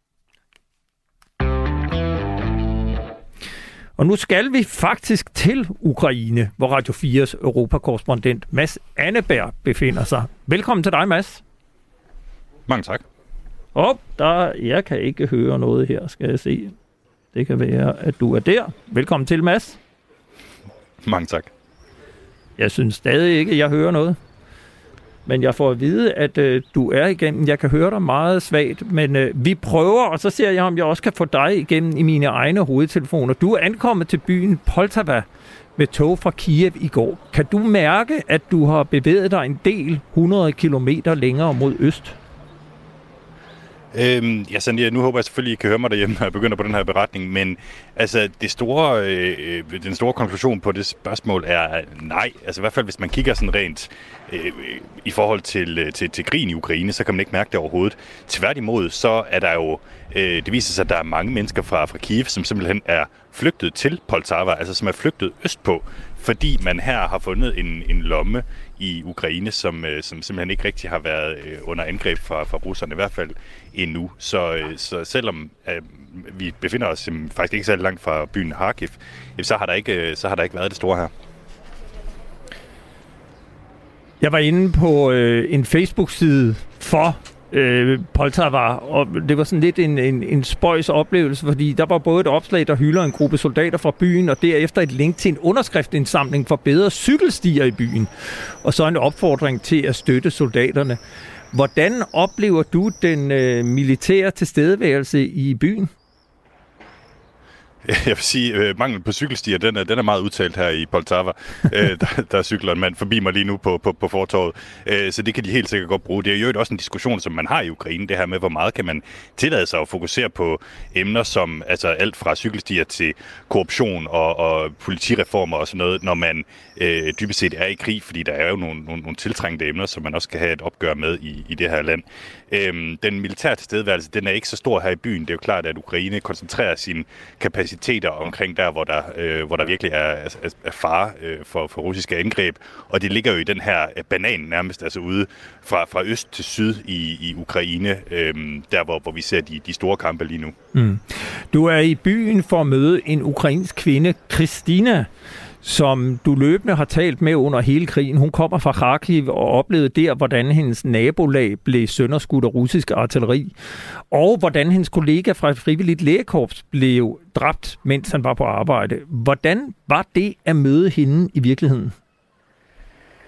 Og nu skal vi faktisk til Ukraine, hvor Radio 4's europakorrespondent Mads Anneberg befinder sig. Velkommen til dig, Mads. Mange tak. Jeg kan ikke høre noget her, skal jeg se. Det kan være, at du er der. Velkommen til, Mads. Mange tak. Jeg synes stadig ikke, at jeg hører noget. Men jeg får at vide, at du er igennem. Jeg kan høre dig meget svagt, men vi prøver, og så ser jeg, om jeg også kan få dig igennem i mine egne hovedtelefoner. Du er ankommet til byen Poltava med tog fra Kiev i går. Kan du mærke, at du har bevæget dig en del 100 kilometer længere mod øst? Sandy, nu håber jeg selvfølgelig, I kan høre mig derhjemme, når jeg begynder på den her beretning, men altså den store konklusion på det spørgsmål er nej. Altså i hvert fald, hvis man kigger sådan rent i forhold til krigen i Ukraine, så kan man ikke mærke det overhovedet. Tværtimod, så er der jo, det viser sig, at der er mange mennesker fra Kiev, som simpelthen er flygtet til Poltava, altså som er flygtet østpå, fordi man her har fundet en lomme i Ukraine, som simpelthen ikke rigtig har været under angreb fra russerne, i hvert fald endnu. Så selvom vi befinder os faktisk ikke så langt fra byen Kharkiv, så har der ikke været det store her. Jeg var inde på en Facebook-side for Poltava, og det var sådan lidt en spøjs oplevelse, fordi der var både et opslag, der hylder en gruppe soldater fra byen, og derefter et link til en underskriftindsamling for bedre cykelstier i byen, og så en opfordring til at støtte soldaterne. Hvordan oplever du den militære tilstedeværelse i byen? Jeg vil sige, mangel på cykelstier, den er meget udtalt her i Poltava. Der cykler en mand forbi mig lige nu på fortovet, så det kan de helt sikkert godt bruge. Det er jo også en diskussion, som man har i Ukraine, det her med, hvor meget kan man tillade sig at fokusere på emner som altså alt fra cykelstier til korruption og politireformer og sådan noget, når man dybest set er i krig, fordi der er jo nogle tiltrængte emner, som man også skal have et opgør med i det her land. Den militære tilstedeværelse, den er ikke så stor her i byen. Det er jo klart, at Ukraine koncentrerer sine kapaciteter omkring der, hvor der virkelig er fare for russiske angreb. Og det ligger jo i den her banan nærmest, altså ude fra øst til syd i Ukraine, der hvor vi ser de store kampe lige nu. Mm. Du er i byen for at møde en ukrainsk kvinde, Kristina, som du løbende har talt med under hele krigen. Hun kommer fra Kharkiv og oplevede der, hvordan hendes nabolag blev sønderskudt af russisk artilleri, og hvordan hendes kollega fra et frivilligt lægekorps blev dræbt, mens han var på arbejde. Hvordan var det at møde hende i virkeligheden?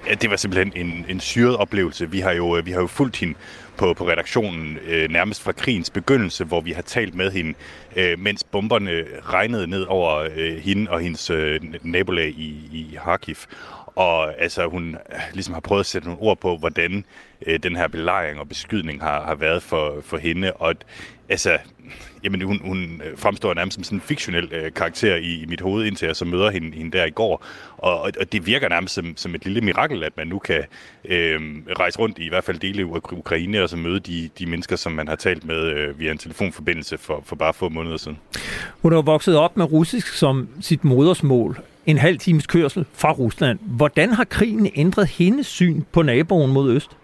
det var simpelthen en syret oplevelse. Vi har jo fulgt hende på redaktionen nærmest fra krigens begyndelse, hvor vi har talt med hende, mens bomberne regnede ned over hende og hendes nabolag i Kharkiv. Og altså, hun ligesom har prøvet at sætte nogle ord på, hvordan den her belejring og beskydning har været for hende. Og altså, jamen, hun fremstår nærmest som sådan en fiktionel karakter i mit hoved, indtil jeg så møder hende der i går. Og det virker nærmest som et lille mirakel, at man nu kan rejse rundt i hvert fald dele af Ukraine og så møde de mennesker, som man har talt med via en telefonforbindelse for bare få måneder siden. Hun er vokset op med russisk som sit modersmål. En halv times kørsel fra Rusland. Hvordan har krigen ændret hendes syn på naboen mod øst?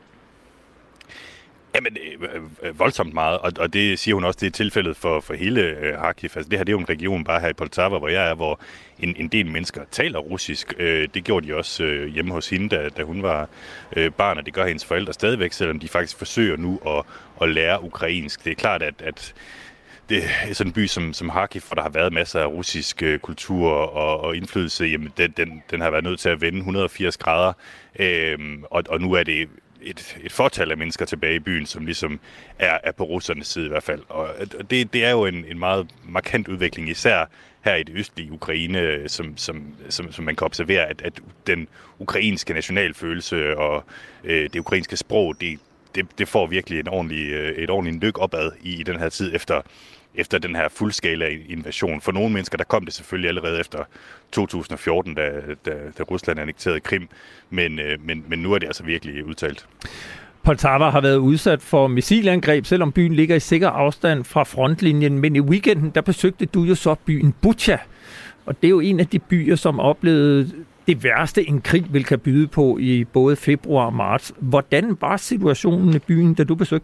Jamen, voldsomt meget, og det siger hun også, det er tilfældet for hele Kharkiv. Altså, det her det er jo en region bare her i Poltava, hvor jeg er, hvor en del mennesker taler russisk. Det gjorde de også hjemme hos hende, da hun var barn, og det gør hendes forældre stadigvæk, selvom de faktisk forsøger nu at lære ukrainsk. Det er klart, at det er sådan en by som Kharkiv, hvor der har været masser af russisk kultur og indflydelse, jamen den har været nødt til at vende 180 grader, og nu er det et fortal af mennesker tilbage i byen, som ligesom er på russernes side i hvert fald. Og det er jo en meget markant udvikling, især her i det østlige Ukraine, som man kan observere, at den ukrainske nationalfølelse og det ukrainske sprog, det får virkelig et ordentligt nyk opad i den her tid efter den her fuldskala invasion. For nogle mennesker, der kom det selvfølgelig allerede efter 2014, da Rusland annekterede Krim, men nu er det altså virkelig udtalt. Poltava har været udsat for missilangreb, selvom byen ligger i sikker afstand fra frontlinjen, men i weekenden, der besøgte du jo så byen Bucha, og det er jo en af de byer, som oplevede det værste, en krig vil kan byde på i både februar og marts. Hvordan var situationen i byen, da du besøgte?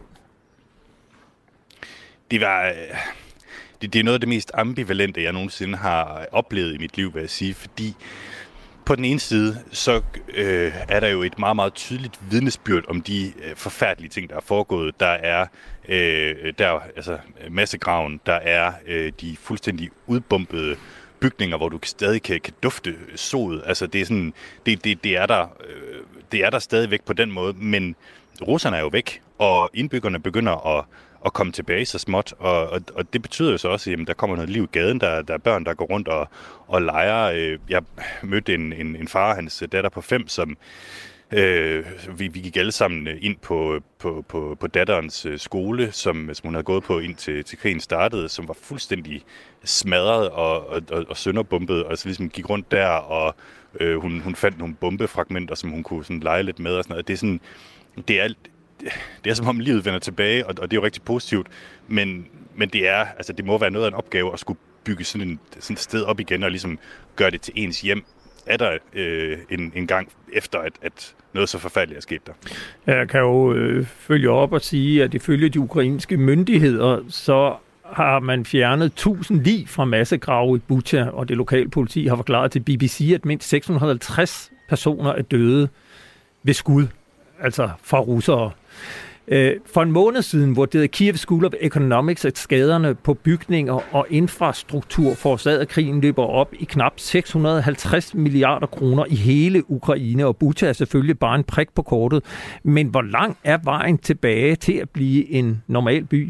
Det er noget af det mest ambivalente, jeg nogensinde har oplevet i mit liv, vil jeg sige, fordi på den ene side, så er der jo et meget, meget tydeligt vidnesbyrd om de forfærdelige ting, der er foregået. Der er massegraven, der er de fuldstændig udbombede bygninger, hvor du stadig kan dufte sod. Altså det er sådan, det er der stadigvæk på den måde, men russerne er jo væk, og indbyggerne begynder at komme tilbage så småt, og det betyder jo så også, at der kommer noget liv i gaden, der er børn, der går rundt og leger. Jeg mødte en far og hans datter på 5, som vi gik alle sammen ind på datterens skole, som hun havde gået på indtil krigen startede, som var fuldstændig smadret og sønderbumpet, og så ligesom gik rundt der, og hun fandt nogle bombefragmenter, som hun kunne sådan lege lidt med og sådan noget. Det er sådan, det er som om livet vender tilbage, og det er jo rigtig positivt, men det må være noget af en opgave at skulle bygge sådan et sted op igen og ligesom gøre det til ens hjem. Er der en gang efter, at noget så forfærdeligt er sket der? Jeg kan jo følge op og sige, at ifølge de ukrainske myndigheder, så har man fjernet 1000 lig fra massegrave i Bucha, og det lokale politi har forklaret til BBC, at mindst 650 personer er døde ved skud, altså fra russere. For en måned siden vurderede Kiev School of Economics, at skaderne på bygninger og infrastruktur forårsaget af krigen løber op i knap 650 milliarder kroner i hele Ukraine, og Bucha er selvfølgelig bare en prik på kortet. Men hvor lang er vejen tilbage til at blive en normal by?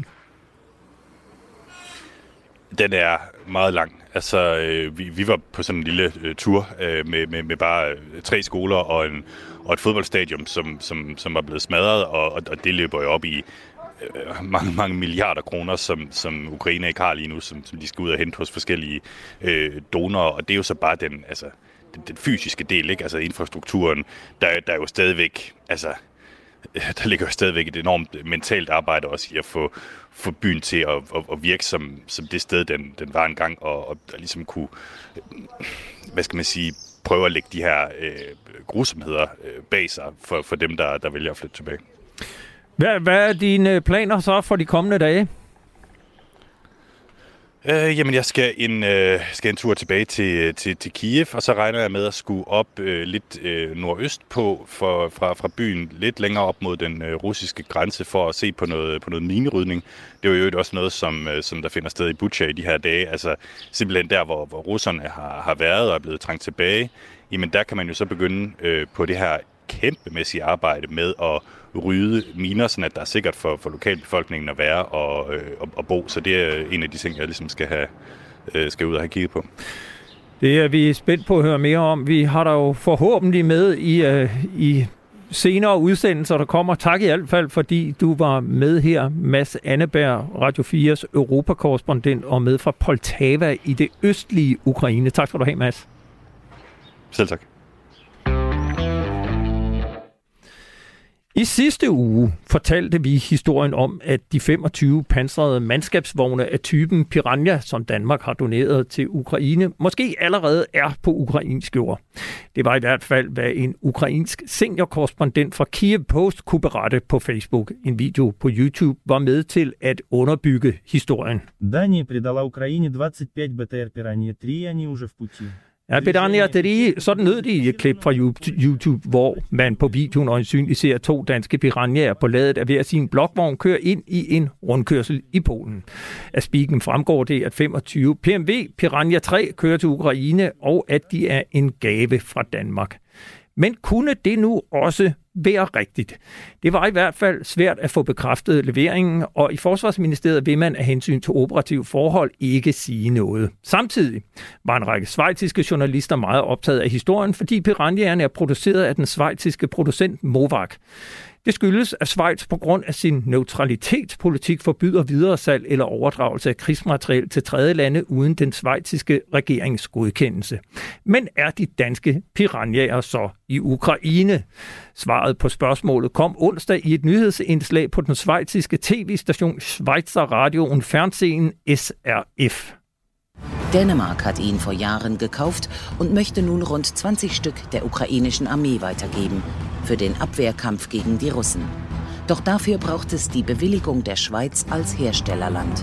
Den er meget lang. Altså, vi var på sådan en lille tur med bare 3 skoler og et fodboldstadion, som var blevet smadret, og det løber jo op i mange milliarder kroner, som Ukraine ikke har lige nu, som de skal ud og hente hos forskellige donorer, og det er jo så bare den fysiske del, ikke? Altså infrastrukturen, der er jo stadigvæk, altså der ligger jo stadigvæk et enormt mentalt arbejde også i at få byen til at virke som det sted, den var engang, og ligesom kunne, hvad skal man sige, prøve at lægge de her grusomheder bag sig for dem, der vælger at flytte tilbage. Hvad er dine planer så for de kommende dage? Jamen, jeg skal en tur tilbage til Kiev, og så regner jeg med at skulle op lidt nordøst fra byen, lidt længere op mod den russiske grænse, for at se på noget minerydning. Det er jo også noget, som der finder sted i Bucha i de her dage. Altså simpelthen der, hvor russerne har været og er blevet trængt tilbage. Jamen, der kan man jo så begynde på det her kæmpemæssige arbejde med at rydde miner, sådan at der er sikkert for lokalbefolkningen at være og bo. Så det er en af de ting, jeg ligesom skal ud og have kigget på. Det er vi spændt på at høre mere om. Vi har der jo forhåbentlig med i senere udsendelser, der kommer. Tak i hvert fald, fordi du var med her, Mads Anneberg, Radio 4's Europakorrespondent, og med fra Poltava i det østlige Ukraine. Tak skal du have, Mads. Selv tak. I sidste uge fortalte vi historien om, at de 25 pansrede mandskabsvogne af typen Piranha, som Danmark har doneret til Ukraine, måske allerede er på ukrainsk jord. Det var i hvert fald, hvad en ukrainsk seniorkorrespondent fra Kiev Post kunne berette på Facebook. En video på YouTube var med til at underbygge historien. Dania передала Украине 25 БТР Piranha 3, они уже в пути. Ja, Piranha 3, sådan lød det i et klip fra YouTube, hvor man på videoen øjensynligt ser 2 danske piranhaer på ladet af hver sin blokvogn køre ind i en rundkørsel i Polen. Af spikken fremgår det, at 25 PMV Piranha 3 kører til Ukraine, og at de er en gave fra Danmark. Men kunne det nu også være rigtigt? Det var i hvert fald svært at få bekræftet leveringen, og i Forsvarsministeriet vil man af hensyn til operative forhold ikke sige noget. Samtidig var en række schweiziske journalister meget optaget af historien, fordi piranhaerne er produceret af den schweiziske producent Mowag. Det skyldes, at Schweiz på grund af sin neutralitetspolitik forbyder videresalg eller overdragelse af krigsmateriel til tredje lande uden den schweiziske regerings godkendelse. Men er de danske piranhaer så i Ukraine? Svaret på spørgsmålet kom onsdag i et nyhedsindslag på den schweiziske tv-station Schweizer Radio und Fernsehen SRF. Dänemark hat ihn vor Jahren gekauft und möchte nun rund 20 Stück der ukrainischen Armee weitergeben, für den Abwehrkampf gegen die Russen. Doch dafür braucht es die Bewilligung der Schweiz als Herstellerland.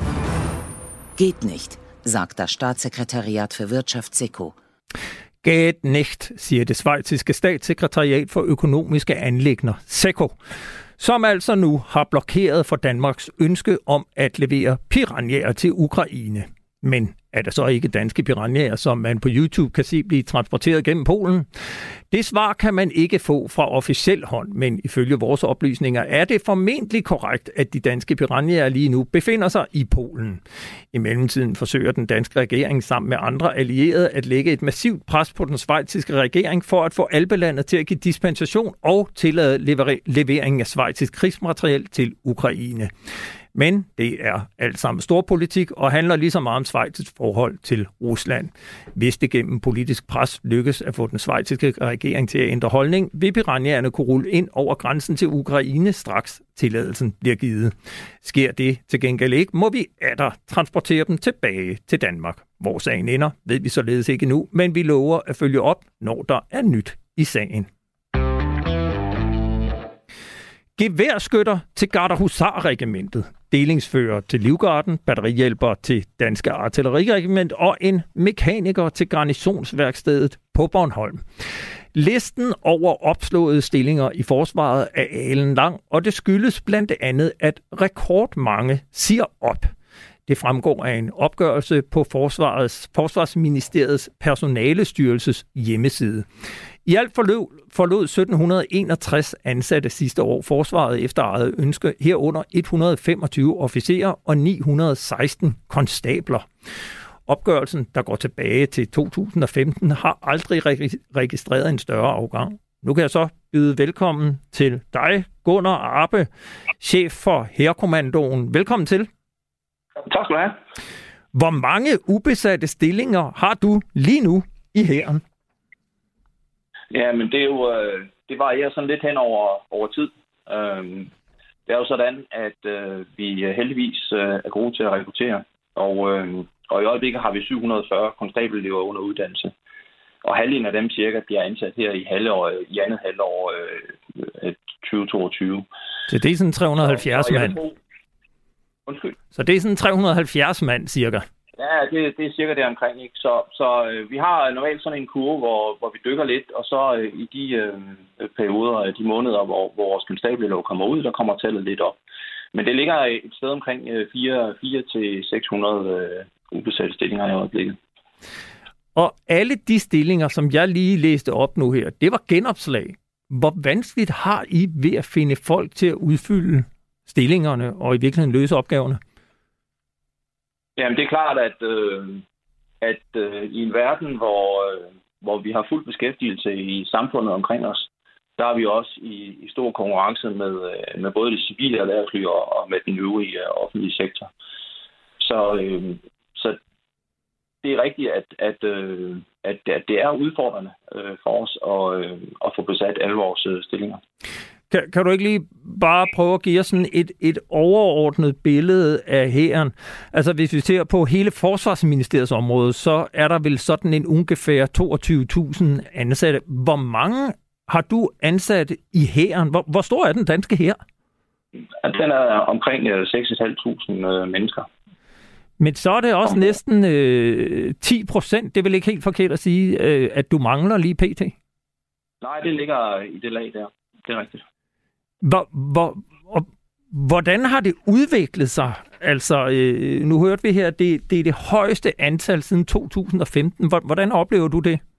Geht nicht, sagt das Staatssekretariat für Wirtschaft SECO. Geht nicht, siger det schweiziske statssekretariat for økonomiske anliggender, SECO, som altså nu har blokeret for Danmarks ønske om at levere piranhaer til Ukraine. Men er der så ikke danske piranhaer, som man på YouTube kan se blive transporteret gennem Polen? Det svar kan man ikke få fra officiel hånd, men ifølge vores oplysninger er det formentlig korrekt, at de danske piranhaer lige nu befinder sig i Polen. I mellemtiden forsøger den danske regering sammen med andre allierede at lægge et massivt pres på den schweiziske regering for at få alpelandet til at give dispensation og tillade levering af schweizisk krigsmateriel til Ukraine. Men det er alt sammen storpolitik og handler lige så meget om Schweiz' forhold til Rusland. Hvis det gennem politisk pres lykkes at få den schweiziske regering til at ændre holdning, vil piranhaerne kunne rulle ind over grænsen til Ukraine straks tilladelsen bliver givet. Sker det til gengæld ikke, må vi atter transportere dem tilbage til Danmark. Hvor sagen ender, ved vi således ikke nu, men vi lover at følge op, når der er nyt i sagen. Geværskytter til Gardehusarregimentet, delingsfører til Livgarden, batterihjælper til Danske Artilleriregiment og en mekaniker til garnisonsværkstedet på Bornholm. Listen over opslåede stillinger i forsvaret er alen lang, og det skyldes blandt andet, at rekordmange siger op. Det fremgår af en opgørelse på Forsvarsministeriets personalestyrelses hjemmeside. I alt forlod 1761 ansatte sidste år forsvaret efter eget ønske, herunder 125 officerer og 916 konstabler. Opgørelsen, der går tilbage til 2015, har aldrig registreret en større afgang. Nu kan jeg så byde velkommen til dig, Gunnar Arpe, chef for Hærkommandoen. Velkommen til. Tak skal du have. Hvor mange ubesatte stillinger har du lige nu i hæren? Ja, men det er jo, det varierer sådan lidt hen over tid. Det er jo sådan, at vi heldigvis er gode til at rekruttere, og i øjeblikket har vi 740 konstabelelever under uddannelse. Og halvdelen af dem cirka bliver ansat her i andet halvår 2022. Så det er sådan 370 mand? Undskyld. Så det er sådan 370 mand, cirka? Ja, det er cirka det omkring, ikke? Så vi har normalt sådan en kurve, hvor vi dykker lidt, og så i de perioder, de måneder, hvor vores konstabellov kommer ud, der kommer tallet lidt op. Men det ligger et sted omkring 4 til 600 ubesatte stillinger i øjeblikket. Og alle de stillinger, som jeg lige læste op nu her, det var genopslag. Hvor vanskeligt har I ved at finde folk til at udfylde stillingerne og i virkeligheden løse opgaverne? Jamen, det er klart, at i en verden, hvor vi har fuld beskæftigelse i samfundet omkring os, der er vi også i stor konkurrence med både det civile erhvervsliv og med den øvrige offentlige sektor. Så det er rigtigt, at det er udfordrende for os at få besat alle vores stillinger. Kan du ikke lige bare prøve at give os sådan et overordnet billede af hæren? Altså hvis vi ser på hele Forsvarsministeriets område, så er der vel sådan en ungefær 22.000 ansatte. Hvor mange har du ansat i hæren? Hvor stor er den danske hær? Den er omkring 6.500 mennesker. Men så er det også næsten 10%. Det er vel ikke helt forkert at sige, at du mangler lige pt? Nej, det ligger i det lag der. Det er rigtigt. Hvordan har det udviklet sig? Altså, nu hørte vi her, det er det højeste antal siden 2015. Hvordan oplever du det?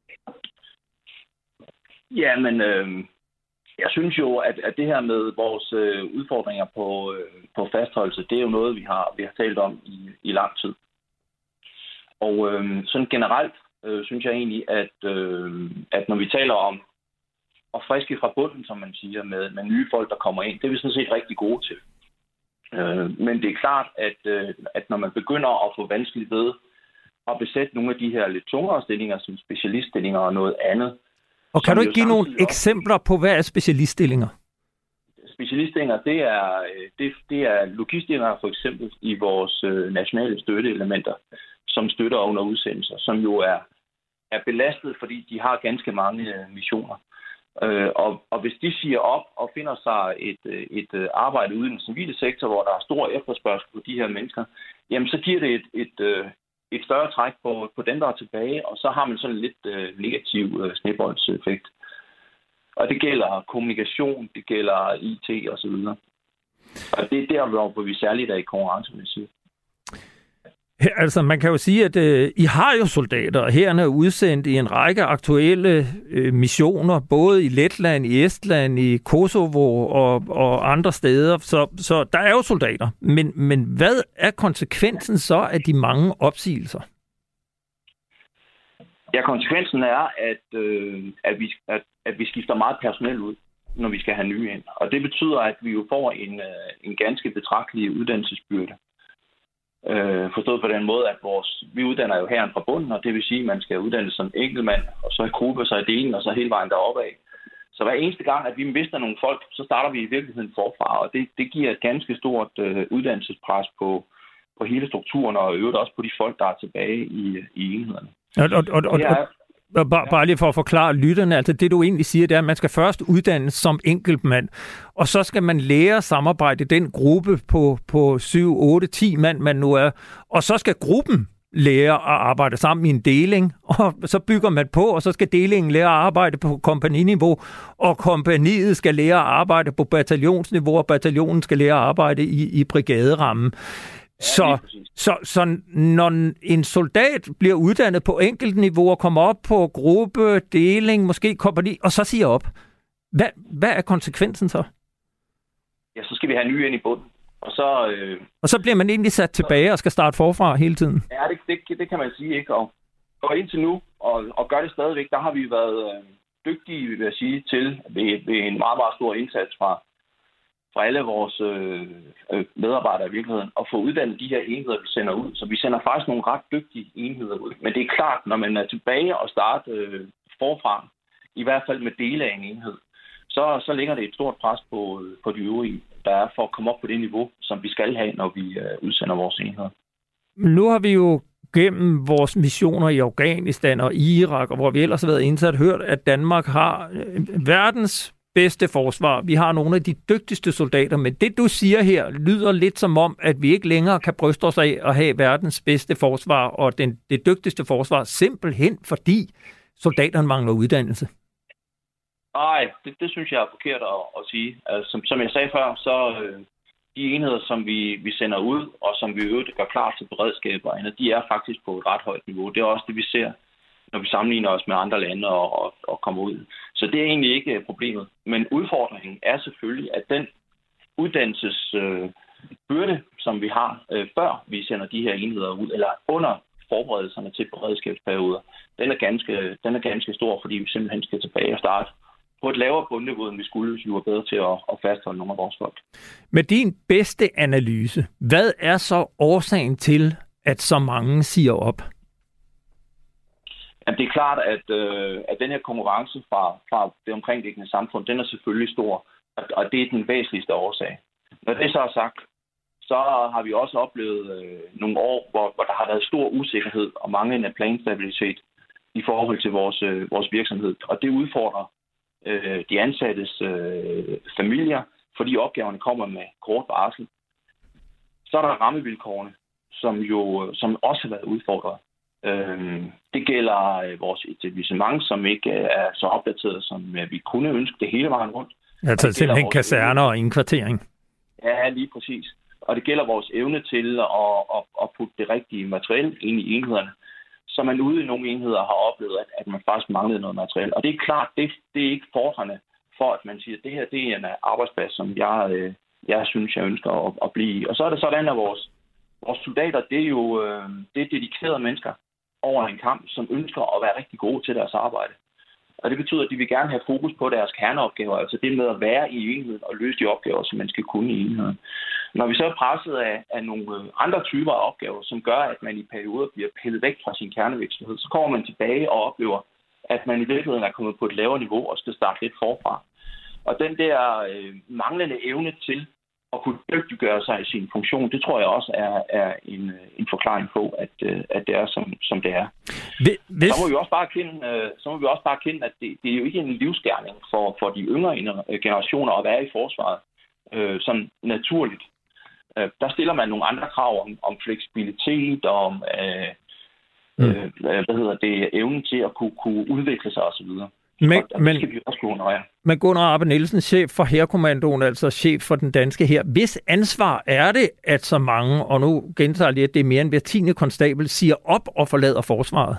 Jamen, jeg synes jo, at det her med vores udfordringer på fastholdelse, det er jo noget, vi har talt om i lang tid. Og sådan generelt synes jeg egentlig, at når vi taler om at friske fra bunden, som man siger, med nye folk, der kommer ind, det er vi sådan set rigtig gode til. Men det er klart, at når man begynder at få vanskeligt ved at besætte nogle af de her lidt tungere stillinger, som specialiststillinger og noget andet. Og kan du ikke give nogle eksempler på, hvad er specialiststillinger? Specialiststillinger, det er logistikere for eksempel i vores nationale støtteelementer, som støtter under udsendelser, som jo er belastet, fordi de har ganske mange missioner. Og hvis de siger op og finder sig et arbejde ude i den civile sektor, hvor der er stor efterspørgsel på de her mennesker, jamen så giver det et større træk på dem, der er tilbage, og så har man sådan en lidt negativ sneboldseffekt. Og det gælder kommunikation, det gælder IT og så videre. Og det er der, hvor vi særligt er i konkurrencemæssigt. Altså, man kan jo sige, at I har jo soldater, og hæren er udsendt i en række aktuelle missioner, både i Letland, i Estland, i Kosovo og andre steder. Så der er jo soldater. Men hvad er konsekvensen så af de mange opsigelser? Ja, konsekvensen er, at vi skifter meget personel ud, når vi skal have nye ind. Og det betyder, at vi jo får en ganske betragtelig uddannelsesbyrde. Forstået på den måde, at vi uddanner jo hæren fra bunden, og det vil sige, at man skal uddannes som enkeltmand, og så i gruppe, så i delen, og så hele vejen deroppe af. Så hver eneste gang, at vi mister nogle folk, så starter vi i virkeligheden forfra, og det giver et ganske stort uddannelsespres på hele strukturen, og i øvrigt også på de folk, der er tilbage i enhederne. Bare lige for at forklare lytterne, altså det du egentlig siger, det er, at man skal først uddannes som enkeltmand, og så skal man lære samarbejde i den gruppe på 7, 8, 10 mand, man nu er, og så skal gruppen lære at arbejde sammen i en deling, og så bygger man på, og så skal delingen lære at arbejde på kompagniniveau, og kompagniet skal lære at arbejde på bataljonsniveau, og bataljonen skal lære at arbejde i brigaderammen. Så når en soldat bliver uddannet på enkeltniveau og kommer op på gruppe, deling, måske kompagni, og så siger op, hvad er konsekvensen så? Ja, så skal vi have nye ind i bunden. Og så bliver man egentlig sat tilbage og skal starte forfra hele tiden? Ja, det kan man sige, ikke? Og indtil nu, og gør det stadigvæk, der har vi været dygtige, vil jeg sige, til ved en meget, meget stor indsats fra alle vores medarbejdere i virkeligheden, at få uddannet de her enheder, vi sender ud. Så vi sender faktisk nogle ret dygtige enheder ud. Men det er klart, når man er tilbage og starter forfra, i hvert fald med dele af en enhed, så ligger det et stort pres på de øvrige, der er for at komme op på det niveau, som vi skal have, når vi udsender vores enheder. Nu har vi jo gennem vores missioner i Afghanistan og Irak, og hvor vi ellers har været indsat, hørt, at Danmark har verdens bedste forsvar. Vi har nogle af de dygtigste soldater, men det du siger her lyder lidt som om, at vi ikke længere kan bryste os af at have verdens bedste forsvar og det dygtigste forsvar, simpelthen fordi soldaterne mangler uddannelse. Nej, det synes jeg er forkert at sige. Altså, som jeg sagde før, så de enheder, som vi sender ud, og som vi øvrigt gør klar til beredskab og andet, de er faktisk på et ret højt niveau. Det er også det, vi ser, når vi sammenligner os med andre lande og kommer ud. Så det er egentlig ikke problemet. Men udfordringen er selvfølgelig, at den uddannelsesbyrde, som vi har, før vi sender de her enheder ud, eller under forberedelserne til beredskabsperioder, den er ganske stor, fordi vi simpelthen skal tilbage og starte på et lavere bundniveau, end vi skulle, hvis vi var bedre til at fastholde nogle af vores folk. Med din bedste analyse, hvad er så årsagen til, at så mange siger op? Jamen, det er klart, at den her konkurrence fra det omkringliggende samfund, den er selvfølgelig stor, og det er den væsentligste årsag. Når det så er sagt, så har vi også oplevet nogle år, hvor der har været stor usikkerhed og manglende planstabilitet i forhold til vores virksomhed, og det udfordrer de ansattes familier, fordi opgaverne kommer med kort varsel. Så er der rammevilkårene, som også har været udfordret. Det gælder vores etablissement, som ikke er så opdateret, som vi kunne ønske det hele vejen rundt. Altså simpelthen kaserner og indkvartering. Ja, lige præcis. Og det gælder vores evne til at putte det rigtige materiel ind i enhederne. Så man ude i nogle enheder har oplevet, at man faktisk manglede noget materiel. Og det er klart, det er ikke fordrende for, at man siger, at det her det er en arbejdsplads, som jeg synes, jeg ønsker at blive i. Og så er det sådan, at vores soldater, det er jo det er dedikerede mennesker over en kamp, som ønsker at være rigtig gode til deres arbejde. Og det betyder, at de vil gerne have fokus på deres kerneopgaver, altså det med at være i enheden og løse de opgaver, som man skal kunne i enheden. Når vi så er presset af nogle andre typer af opgaver, som gør, at man i perioder bliver pillet væk fra sin kernevirksomhed, så kommer man tilbage og oplever, at man i virkeligheden er kommet på et lavere niveau og skal starte lidt forfra. Og den der manglende evne til at kunne dygtiggøre sig i sin funktion, det tror jeg også er en forklaring på, at det er, som det er. Så må vi også bare erkende, at det er jo ikke en livsgerning for de yngre generationer at være i forsvaret sådan naturligt. Der stiller man nogle andre krav om fleksibilitet, om evnen til at kunne udvikle sig osv. Men Gunnar Arpe Nielsen, chef for Hærkommandoen, altså chef for den danske hær. Hvis ansvar er det, at så mange, og nu gentager jeg lige, at det er mere end hver 10. konstabel, siger op og forlader forsvaret?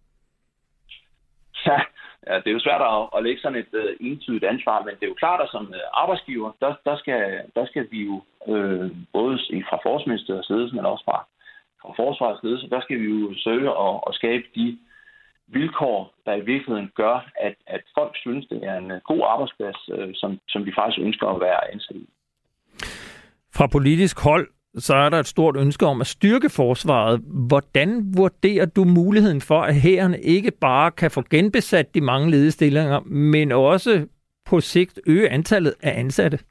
Ja, det er jo svært at lægge sådan et entydigt ansvar, men det er jo klart, at som arbejdsgiver, der skal vi jo både fra Forsvarsministeriets ledelse, men også fra Forsvarets ledelse, der skal vi jo søge at skabe de vilkår, der i virkeligheden gør, at folk synes, det er en god arbejdsplads, som de faktisk ønsker at være ansat i. Fra politisk hold, så er der et stort ønske om at styrke forsvaret. Hvordan vurderer du muligheden for, at hæren ikke bare kan få genbesat de mange ledige stillinger, men også på sigt øge antallet af ansatte?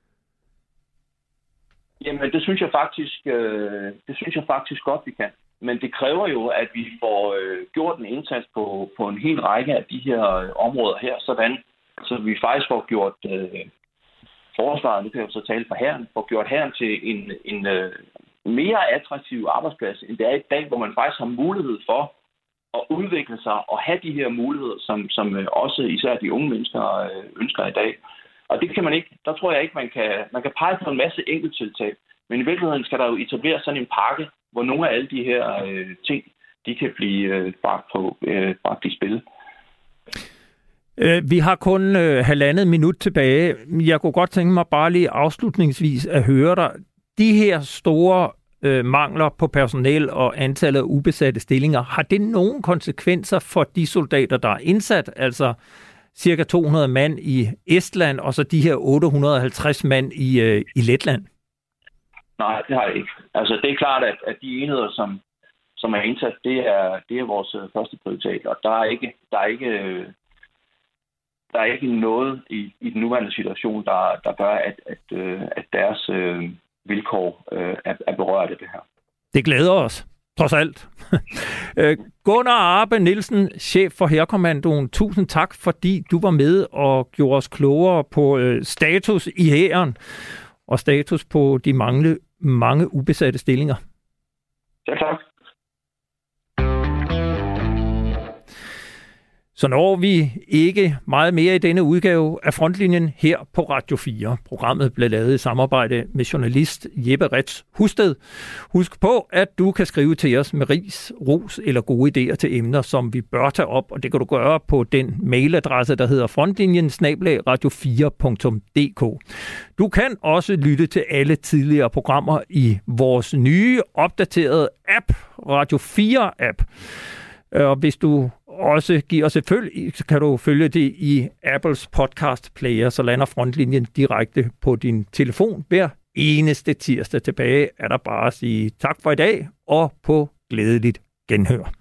Jamen, det synes jeg faktisk godt, vi kan. Men det kræver jo, at vi får gjort en indsats på en hel række af de her områder her, sådan, så vi faktisk får gjort forsvaret, nu kan jeg så tale for hæren, får gjort hæren til en mere attraktiv arbejdsplads, end det er i dag, hvor man faktisk har mulighed for at udvikle sig og have de her muligheder, som også især de unge mennesker ønsker i dag. Og det kan man ikke, der tror jeg ikke, man kan pege på en masse enkelttiltag, men i virkeligheden skal der jo etableres sådan en pakke, hvor nogle af alle de her ting, de kan blive bragt i spil. Vi har kun 1,5 minut tilbage. Jeg kunne godt tænke mig bare lige afslutningsvis at høre dig. De her store mangler på personel og antallet af ubesatte stillinger, har det nogen konsekvenser for de soldater, der er indsat? Altså cirka 200 mand i Estland, og så de her 850 mand i Letland? Nej, det har jeg ikke. Altså, det er klart, at de enheder, som er indsat, det er vores første prioritet, og der er ikke noget i den nuværende situation, der gør, at deres vilkår er berørt af det her. Det glæder os. trods alt. Gunnar Arbe Nielsen, chef for Hærkommandoen, tusind tak, fordi du var med og gjorde os klogere på status i hæren og status på de mange ubesatte stillinger. Ja, tak. Så når vi ikke meget mere i denne udgave af Frontlinjen her på Radio 4. Programmet blev lavet i samarbejde med journalist Jeppe Retz Husted. Husk på, at du kan skrive til os med ris, ros eller gode idéer til emner, som vi bør tage op, og det kan du gøre på den mailadresse, der hedder frontlinjen@radio4.dk. Du kan også lytte til alle tidligere programmer i vores nye opdaterede app, Radio 4-app. Og hvis du også giver os et følge, så kan du følge det i Apples podcast player, så lander Frontlinjen direkte på din telefon hver eneste tirsdag. Tilbage er der bare at sige tak for i dag, og på glædeligt genhør.